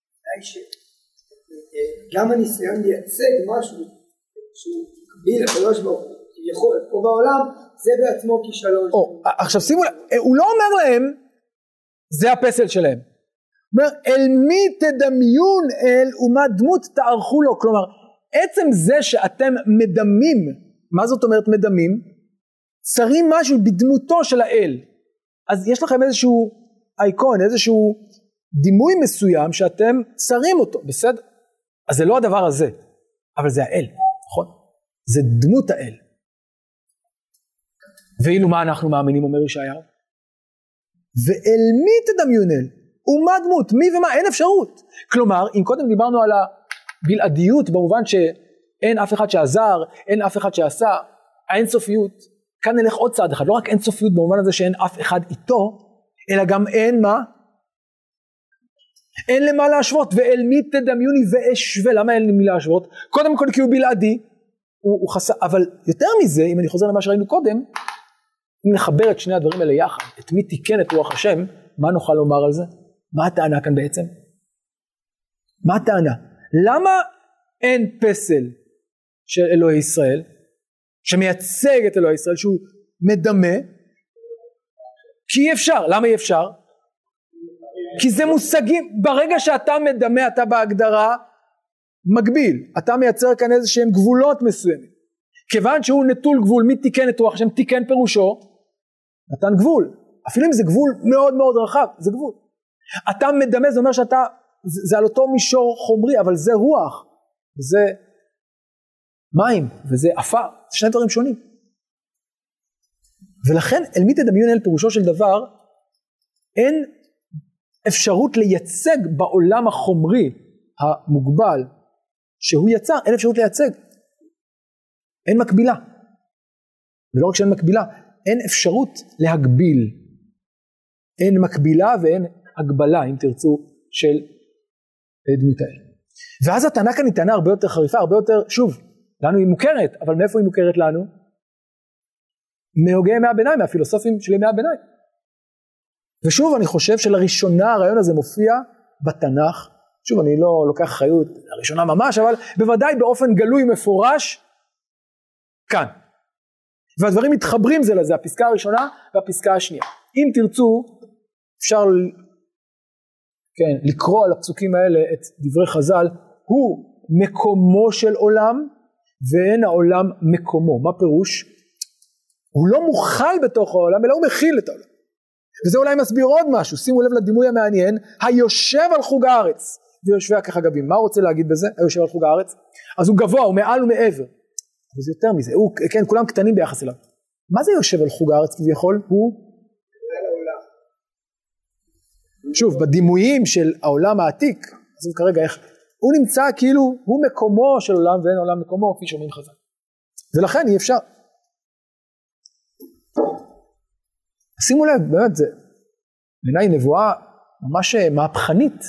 גם הניסיון לייצג משהו שהוא קביל, הקדוש ברוך הוא, יכול, פה בעולם, זה בעצמו כישלון. או, עכשיו שימו לב, הוא לא אומר להם, זה הפסל שלהם. הוא אומר, אל מי תדמיון אל ומה דמות תערכו לו. כלומר, עצם זה שאתם מדמים, מה זאת אומרת מדמים? שרים משהו בדמותו של האל. אז יש לכם איזשהו אייקון, איזשהו דימוי מסוים שאתם שרים אותו, בסדר? אז זה לא הדבר הזה, אבל זה האל, נכון? זה דמות האל. ואילו מה אנחנו מאמינים, אומר ישעיהו? ואל מי תדמיון אל? ומה דמות? מי ומה? אין אפשרות. כלומר, אם קודם דיברנו על הבלעדיות, במובן שאין אף אחד שעזר, אין אף אחד שעשה, האינסופיות, כאן נלך עוד צעד אחד, לא רק אינסופיות במובן הזה שאין אף אחד איתו, אלא גם אין מה? אין למה להשוות, ואל מי תדמיוני ואשווה, למה אין למי להשוות? קודם כל כי הוא בלעדי, הוא, הוא חסר, אבל יותר מזה, אם אני חוזר למה שראינו קודם, אם נחבר את שני הדברים האלה יחד, את מי תיקן את רוח השם, מה נוכל לומר על זה? מה הטענה כאן בעצם? מה הטענה? למה אין פסל של אלוהי ישראל, שמייצג את אלוהי ישראל, שהוא מדמה? כי אי אפשר. למה אי אפשר? כי זה מושגים, ברגע שאתה מדמה, אתה בהגדרה, מגביל, אתה מייצר כאן איזה שהם גבולות מסוימים, כיוון שהוא נטול גבול, מי תיקן את רוח השם? תיקן פירושו, נתן גבול, אפילו אם זה גבול מאוד מאוד רחב, זה גבול, אתה מדמה, זה אומר שאתה, זה, זה על אותו מישור חומרי, אבל זה רוח, זה מים, וזה אפר, זה שני דברים שונים, ולכן אל מי תדמיון אל פירושו של דבר, אין אפשרות לייצג בעולם החומרי המוגבל שהוא יצר, אין אפשרות לייצג, אין מקבילה, ולא רק שאין מקבילה, אין אפשרות להגביל, אין מקבילה ואין הגבלה אם תרצו של דמות האלה. ואז הטענה כאן היא טענה הרבה יותר חריפה, הרבה יותר, שוב, לנו היא מוכרת, אבל מאיפה היא מוכרת לנו? מהוגי ימי הביניים, מהפילוסופים של ימי הביניים. ושוב אני חושב שלראשונה הרעיון הזה מופיע בתנ"ך, שוב אני לא לוקח חיות לראשונה ממש, אבל בוודאי באופן גלוי מפורש כאן. והדברים מתחברים זה לזה, הפסקה הראשונה והפסקה השנייה. אם תרצו, אפשר כן, לקרוא על הפסוקים האלה את דברי חז"ל, הוא מקומו של עולם, ואין העולם מקומו. מה פירוש? הוא לא מוכל בתוך העולם, אלא הוא מכיל את העולם. וזה אולי מסביר עוד משהו, שימו לב לדימוי המעניין, היושב על חוג הארץ, ויושביה כחגבים. מה הוא רוצה להגיד בזה? היושב על חוג הארץ? אז הוא גבוה, הוא מעל ומעבר. אבל זה יותר מזה, הוא, כן, כולם קטנים ביחס אליו. מה זה יושב על חוג הארץ כביכול? הוא שוב, בדימויים של העולם העתיק, אז הוא כרגע איך, הוא נמצא כאילו, הוא מקומו של עולם ואין עולם מקומו, כפי שאומרים חז"ל. ולכן אי אפשר. שימו לב, באמת זה, בעיניי נבואה ממש מהפכנית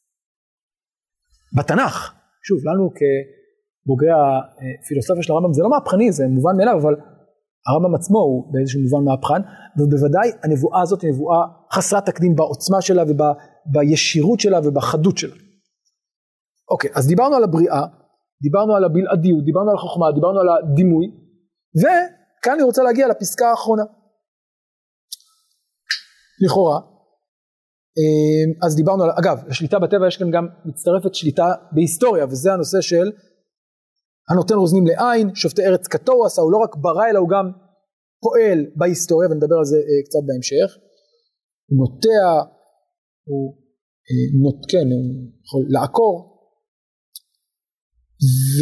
בתנ"ך. שוב, לנו כבוגרי הפילוסופיה של הרמב"ם, זה לא מהפכני, זה מובן מאליו, אבל הרמב"ם עצמו הוא באיזשהו מובן מהפכן, ובוודאי הנבואה הזאת היא נבואה חסרת תקדים בעוצמה שלה ובישירות שלה ובחדות שלה. אוקיי, אז דיברנו על הבריאה, דיברנו על הבלעדיות, דיברנו על החוכמה, דיברנו על הדימוי, וכאן אני רוצה להגיע לפסקה האחרונה. לכאורה, אז דיברנו על, אגב, השליטה בטבע יש כאן גם מצטרפת שליטה בהיסטוריה, וזה הנושא של הנותן רוזנים לעין, שופטי ארץ כתו עשה, הוא לא רק ברא אלא הוא גם פועל בהיסטוריה, ונדבר על זה אה, קצת בהמשך, הוא נוטע, הוא אה, נוט, כן, הוא יכול לעקור, ו...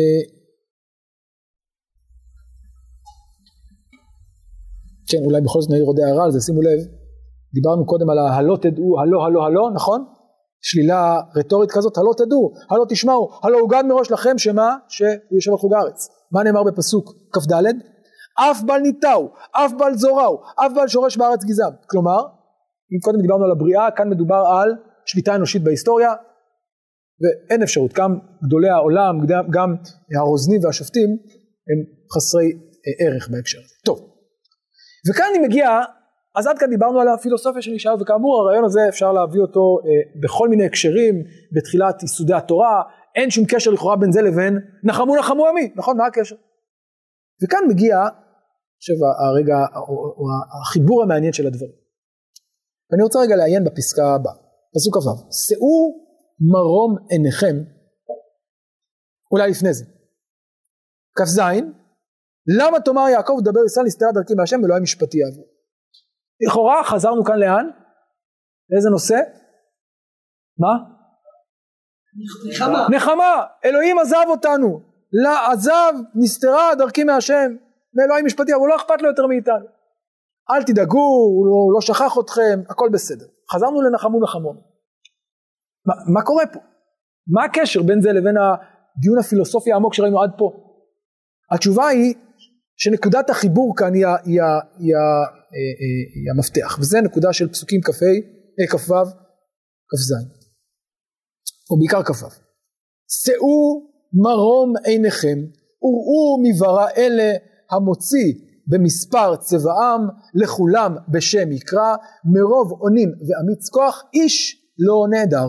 כן, אולי בכל זאת נעיר עוד הערה על זה, שימו לב, דיברנו קודם על הלא תדעו, הלא, הלא, הלא, נכון? שלילה רטורית כזאת, הלא תדעו, הלא תשמעו, הלא הוגד מראש לכם שמה? שהוא יושב על חוג הארץ. מה נאמר בפסוק כ"ד? אף בל ניטעו, אף בל זורעו, אף בל שורש בארץ גזעם. כלומר, אם קודם דיברנו על הבריאה, כאן מדובר על שליטה אנושית בהיסטוריה, ואין אפשרות, גם גדולי העולם, גם הרוזנים והשופטים, הם חסרי ערך בהקשר הזה. טוב, וכאן אני מגיע, אז עד כאן דיברנו על הפילוסופיה של ישעיהו, וכאמור הרעיון הזה אפשר להביא אותו אה, בכל מיני הקשרים, בתחילת יסודי התורה, אין שום קשר לכאורה בין זה לבין נחמו נחמו עמי, נכון? מה הקשר? וכאן מגיע, עכשיו הרגע, או, או החיבור המעניין של הדברים. ואני רוצה רגע לעיין בפסקה הבאה, פסוק כ"ו, שאו מרום עיניכם, אולי לפני זה, כ"ז, למה תאמר יעקב דבר ישראל נסתרה דרכי מהשם ולא היה משפטי יעבור. לכאורה חזרנו כאן לאן? לאיזה נושא? מה? נחמה. נחמה, אלוהים עזב אותנו, לא עזב נסתרה דרכי מהשם ואלוהים משפטי, אבל לא אכפת לו יותר מאיתנו. אל תדאגו, הוא לא, הוא לא שכח אתכם, הכל בסדר. חזרנו לנחמו נחמו. מה, מה קורה פה? מה הקשר בין זה לבין הדיון הפילוסופי העמוק שראינו עד פה? התשובה היא שנקודת החיבור כאן היא, היא, היא, היא, היא המפתח, וזה נקודה של פסוקים כ"ו, כ"ז, או בעיקר כ"ו. שאו מרום עיניכם, וראו מברא אלה המוציא במספר צבעם לכולם בשם יקרא, מרוב עונים ואמיץ כוח איש לא נעדר.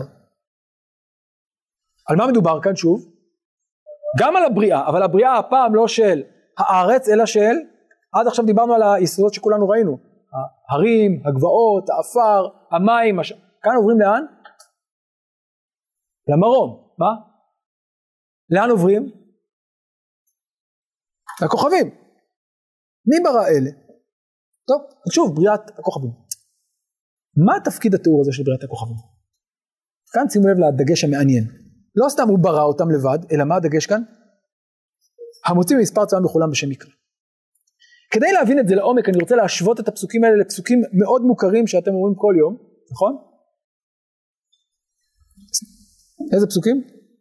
על מה מדובר כאן שוב? גם על הבריאה, אבל הבריאה הפעם לא של הארץ, אלא של, עד עכשיו דיברנו על היסודות שכולנו ראינו, ההרים, הגבעות, האפר, המים, הש... כאן עוברים לאן? למרום, מה? לאן עוברים? הכוכבים. מי ברא אלה? טוב, שוב, בריאת הכוכבים. מה תפקיד התיאור הזה של בריאת הכוכבים? כאן שימו לב לדגש המעניין. לא סתם הוא ברא אותם לבד, אלא מה הדגש כאן? המוציא במספר צבאם בכולם בשם מקרא. כדי להבין את זה לעומק, אני רוצה להשוות את הפסוקים האלה לפסוקים מאוד מוכרים שאתם אומרים כל יום, נכון? איזה פסוקים?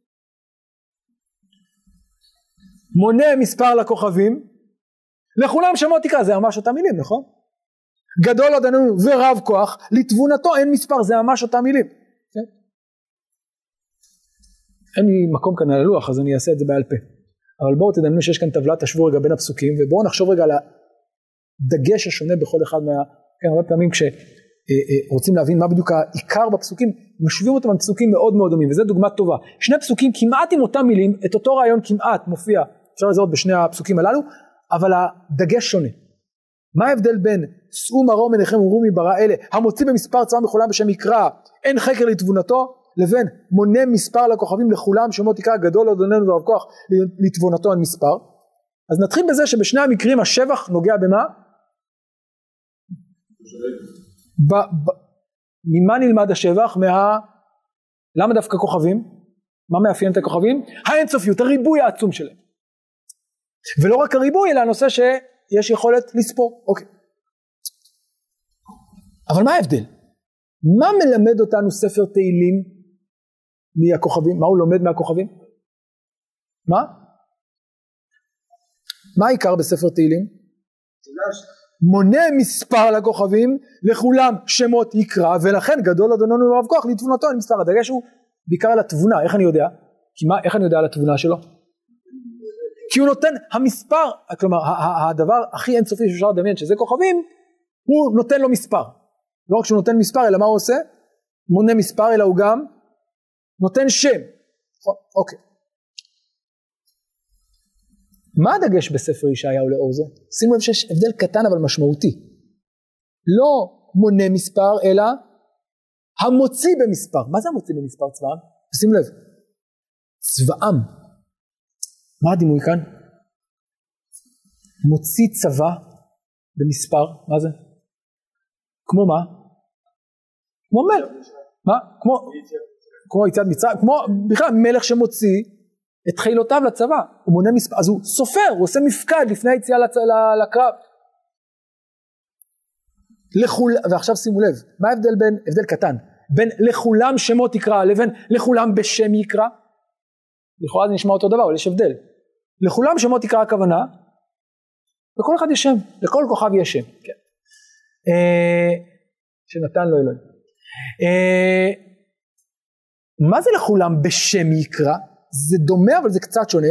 מונה מספר לכוכבים, לכולם שמות תקרא, זה ממש אותם מילים, נכון? גדול אדוננו ורב כוח, לתבונתו אין מספר, זה ממש אותם מילים. כן? אין לי מקום כאן על הלוח, אז אני אעשה את זה בעל פה. אבל בואו תדמיינו שיש כאן טבלה, תשוו רגע בין הפסוקים, ובואו נחשוב רגע על הדגש השונה בכל אחד מה... כן, הרבה פעמים כשרוצים להבין מה בדיוק העיקר בפסוקים, משווים אותם על פסוקים מאוד מאוד דומים, וזו דוגמה טובה. שני פסוקים כמעט עם אותם מילים, את אותו רעיון כמעט מופיע, אפשר לזהות בשני הפסוקים הללו, אבל הדגש שונה. מה ההבדל בין שאו מרום עיניכם וראו מי ברא אלה, המוציא במספר צבאם בכולם בשם מקרא, אין חקר לתבונתו, לבין מונה מספר לכוכבים לכולם שמות תקרא, גדול אדוננו ורב כוח, לתבונתו אין מספר. אז נתחיל בזה שבשני המקרים השבח נוגע במה? ב, ב, ממה נלמד השבח? מה... למה דווקא כוכבים? מה מאפיין את הכוכבים? האינסופיות, הריבוי העצום שלהם. ולא רק הריבוי, אלא הנושא שיש יכולת לספור. אוקיי. אבל מה ההבדל? מה מלמד אותנו ספר תהילים מהכוכבים? מה הוא לומד מהכוכבים? מה? מה העיקר בספר תהילים? מונה מספר לכוכבים, לכולם שמות יקרא, ולכן גדול אדוננו ורב כוח לתבונתו אין מספר. הדגש הוא בעיקר על התבונה. איך אני יודע? כי מה, איך אני יודע על התבונה שלו? כי הוא נותן המספר, כלומר הדבר הכי אינסופי שאפשר לדמיין שזה כוכבים, הוא נותן לו מספר. לא רק שהוא נותן מספר, אלא מה הוא עושה? מונה מספר, אלא הוא גם נותן שם. אוקיי. מה הדגש בספר ישעיהו לאור זה? שימו לב שיש הבדל קטן אבל משמעותי. לא מונה מספר, אלא המוציא במספר. מה זה המוציא במספר צבאם? שימו לב. צבאם. מה הדימוי כאן? מוציא צבא במספר. מה זה? כמו מה? כמו מלך. מה? כמו, כמו יציאת מצרים. כמו בכלל מלך שמוציא את חילותיו לצבא. הוא מונה מספר. אז הוא סופר, הוא עושה מפקד לפני היציאה לקרב. לכול, ועכשיו שימו לב, מה ההבדל בין, הבדל קטן, בין לכולם שמות יקרא לבין לכולם בשם יקרא? לכאורה זה נשמע אותו דבר, אבל יש הבדל. לכולם שמות יקרא הכוונה, לכל אחד יש שם, לכל כוכב יש שם. כן. שנתן לו אלוהים. מה זה לכולם בשם יקרא? זה דומה אבל זה קצת שונה.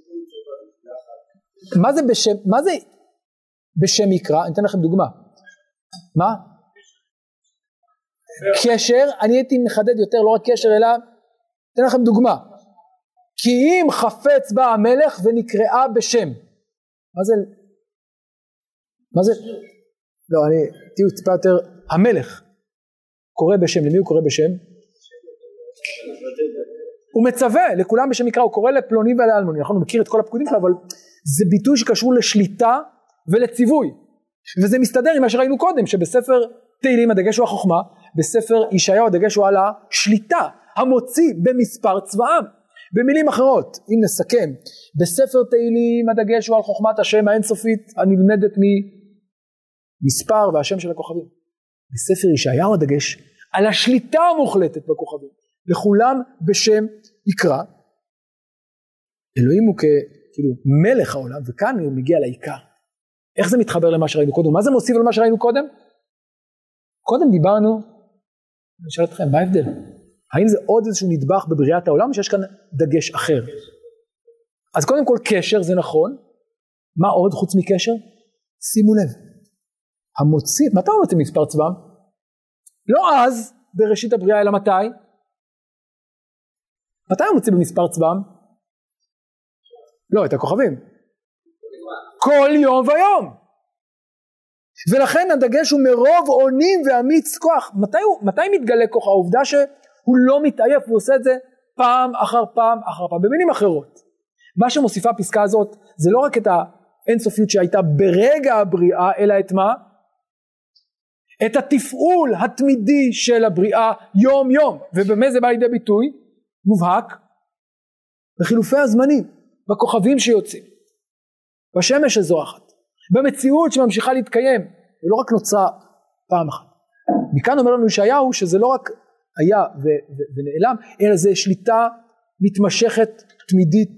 מה זה בשם, מה זה בשם יקרא? אני אתן לכם דוגמה. מה? קשר, אני הייתי מחדד יותר, לא רק קשר אלא, אתן לכם דוגמה. כי אם חפץ בא המלך ונקראה בשם. מה זה? מה זה? לא, אני, תהיו טיפה יותר, המלך קורא בשם, למי הוא קורא בשם? הוא מצווה, לכולם בשם יקרא, הוא קורא לפלוני ולאלמוני, אנחנו מכיר את כל הפקודים שלו, אבל זה ביטוי שקשור לשליטה ולציווי, וזה מסתדר עם מה שראינו קודם, שבספר תהילים הדגש הוא החוכמה, בספר ישעיהו הדגש הוא על השליטה, המוציא במספר צבאם. במילים אחרות, אם נסכם, בספר תהילים הדגש הוא על חוכמת השם האינסופית הנלמדת ממספר והשם של הכוכבים. בספר ישעיהו הדגש על השליטה המוחלטת בכוכבים. לכולם בשם יקרא. אלוהים הוא כאילו מלך העולם, וכאן הוא מגיע לעיקר. איך זה מתחבר למה שראינו קודם? מה זה מוסיף על מה שראינו קודם? קודם דיברנו, אני אשאל אתכם, מה ההבדל? האם זה עוד איזשהו נדבך בבריאת העולם, שיש כאן דגש אחר? אז קודם כל קשר זה נכון, מה עוד חוץ מקשר? שימו לב, המוציא, מתי הוא מוציא מספר צבאם? לא אז, בראשית הבריאה, אלא מתי? מתי הוא מוציא במספר צבאם? לא, את הכוכבים. כל יום ויום. ולכן הדגש הוא מרוב עונים ואמיץ כוח. מתי, הוא, מתי מתגלה כוח? העובדה שהוא לא מתעייף, הוא עושה את זה פעם אחר פעם אחר פעם. במילים אחרות, מה שמוסיפה הפסקה הזאת זה לא רק את האינסופיות שהייתה ברגע הבריאה, אלא את מה? את התפעול התמידי של הבריאה יום יום. ובמה זה בא לידי ביטוי? מובהק בחילופי הזמנים, בכוכבים שיוצאים, בשמש שזורחת, במציאות שממשיכה להתקיים, ולא רק נוצרה פעם אחת. מכאן אומר לנו ישעיהו שזה לא רק היה ו- ו- ונעלם, אלא זה שליטה מתמשכת תמידית.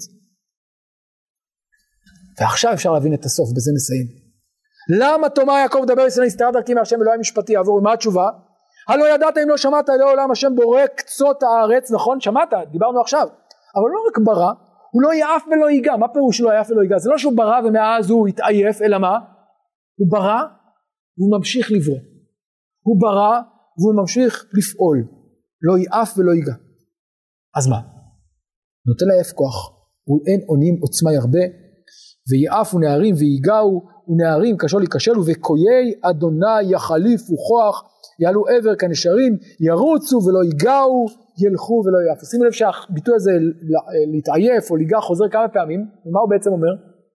ועכשיו אפשר להבין את הסוף, בזה נסיים. למה תאמר יעקב דבר ישראל נסתרה דרכי מהשם אלוהי משפטי עבור? מה התשובה? הלא ידעת אם לא שמעת אלוהי עולם השם בורא קצות הארץ, נכון? שמעת, דיברנו עכשיו. אבל לא רק ברא, הוא לא יעף ולא ייגע. מה פירוש לא יעף ולא ייגע? זה לא שהוא ברא ומאז הוא התעייף, אלא מה? הוא ברא והוא ממשיך לברוא. הוא ברא והוא ממשיך לפעול. לא יעף ולא ייגע. אז מה? נותן לעף כוח. הוא אין עונים עוצמה ירבה, ויעפו נערים ויגעו, ונערים כשול ייכשלו, וקויי אדוני יחליפו כוח, יעלו עבר כנשרים, ירוצו ולא ייגעו, ילכו ולא יעפו. שימו לב שהביטוי הזה להתעייף או להיגע חוזר כמה פעמים, ומה הוא בעצם אומר?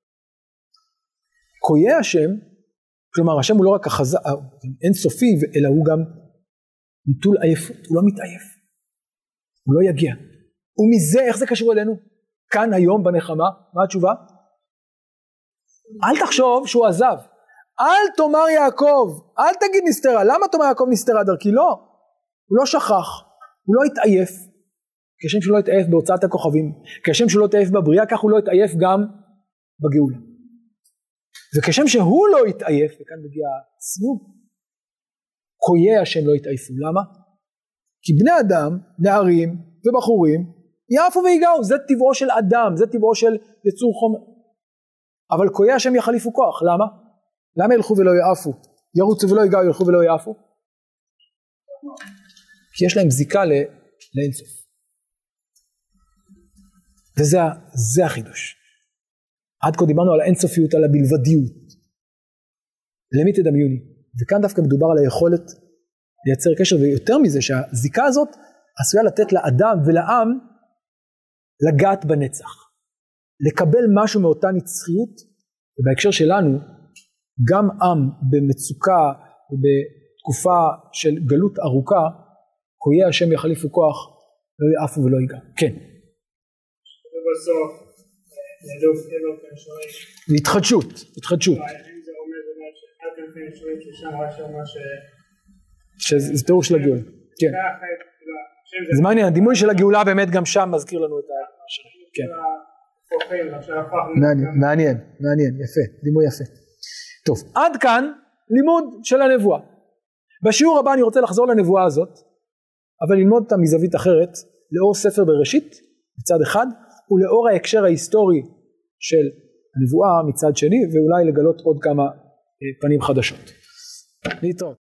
קויי השם, כלומר השם הוא לא רק החזק, אין סופי, אלא הוא גם נטול עייפות, הוא לא מתעייף, הוא לא יגיע. ומזה, איך זה קשור אלינו? כאן היום בנחמה, מה התשובה? אל תחשוב שהוא עזב, אל תאמר יעקב, אל תגיד נסתרה, למה תאמר יעקב נסתרה דרכי? לא, הוא לא שכח, הוא לא התעייף, כשם שהוא לא התעייף בהוצאת הכוכבים, כשם שהוא לא התעייף בבריאה, כך הוא לא התעייף גם בגאולה. וכשם שהוא לא התעייף, וכאן מגיע הסיום, קויי השם לא התעייפו, למה? כי בני אדם, נערים ובחורים, יעפו ויגעו, זה טבעו של אדם, זה טבעו של יצור חומר. אבל קויי השם יחליפו כוח, למה? למה ילכו ולא יעפו? ירוצו ולא יגעו, ילכו ולא יעפו? כי יש להם זיקה לאינסוף. וזה זה החידוש. עד כה דיברנו על האינסופיות, על הבלבדיות. למי תדמיוני? וכאן דווקא מדובר על היכולת לייצר קשר, ויותר מזה שהזיקה הזאת עשויה לתת לאדם ולעם לגעת בנצח. לקבל משהו מאותה נצחיות, ובהקשר שלנו, גם עם במצוקה ובתקופה של גלות ארוכה, קויי השם יחליפו כוח, לא יעפו ולא ייגע. כן. ובסוף, נדוף אלו כנשורים. זה התחדשות, התחדשות. האם זה אומר שאחד כנשורים ששם רשם מה ש... שזה פירוש של הגאולה. כן. זה מעניין, הדימוי של הגאולה באמת גם שם מזכיר לנו את השרים. כן. מעניין, מעניין, יפה, דימוי יפה. טוב, עד כאן לימוד של הנבואה. בשיעור הבא אני רוצה לחזור לנבואה הזאת, אבל ללמוד אותה מזווית אחרת, לאור ספר בראשית מצד אחד, ולאור ההקשר ההיסטורי של הנבואה מצד שני, ואולי לגלות עוד כמה פנים חדשות. להתראות.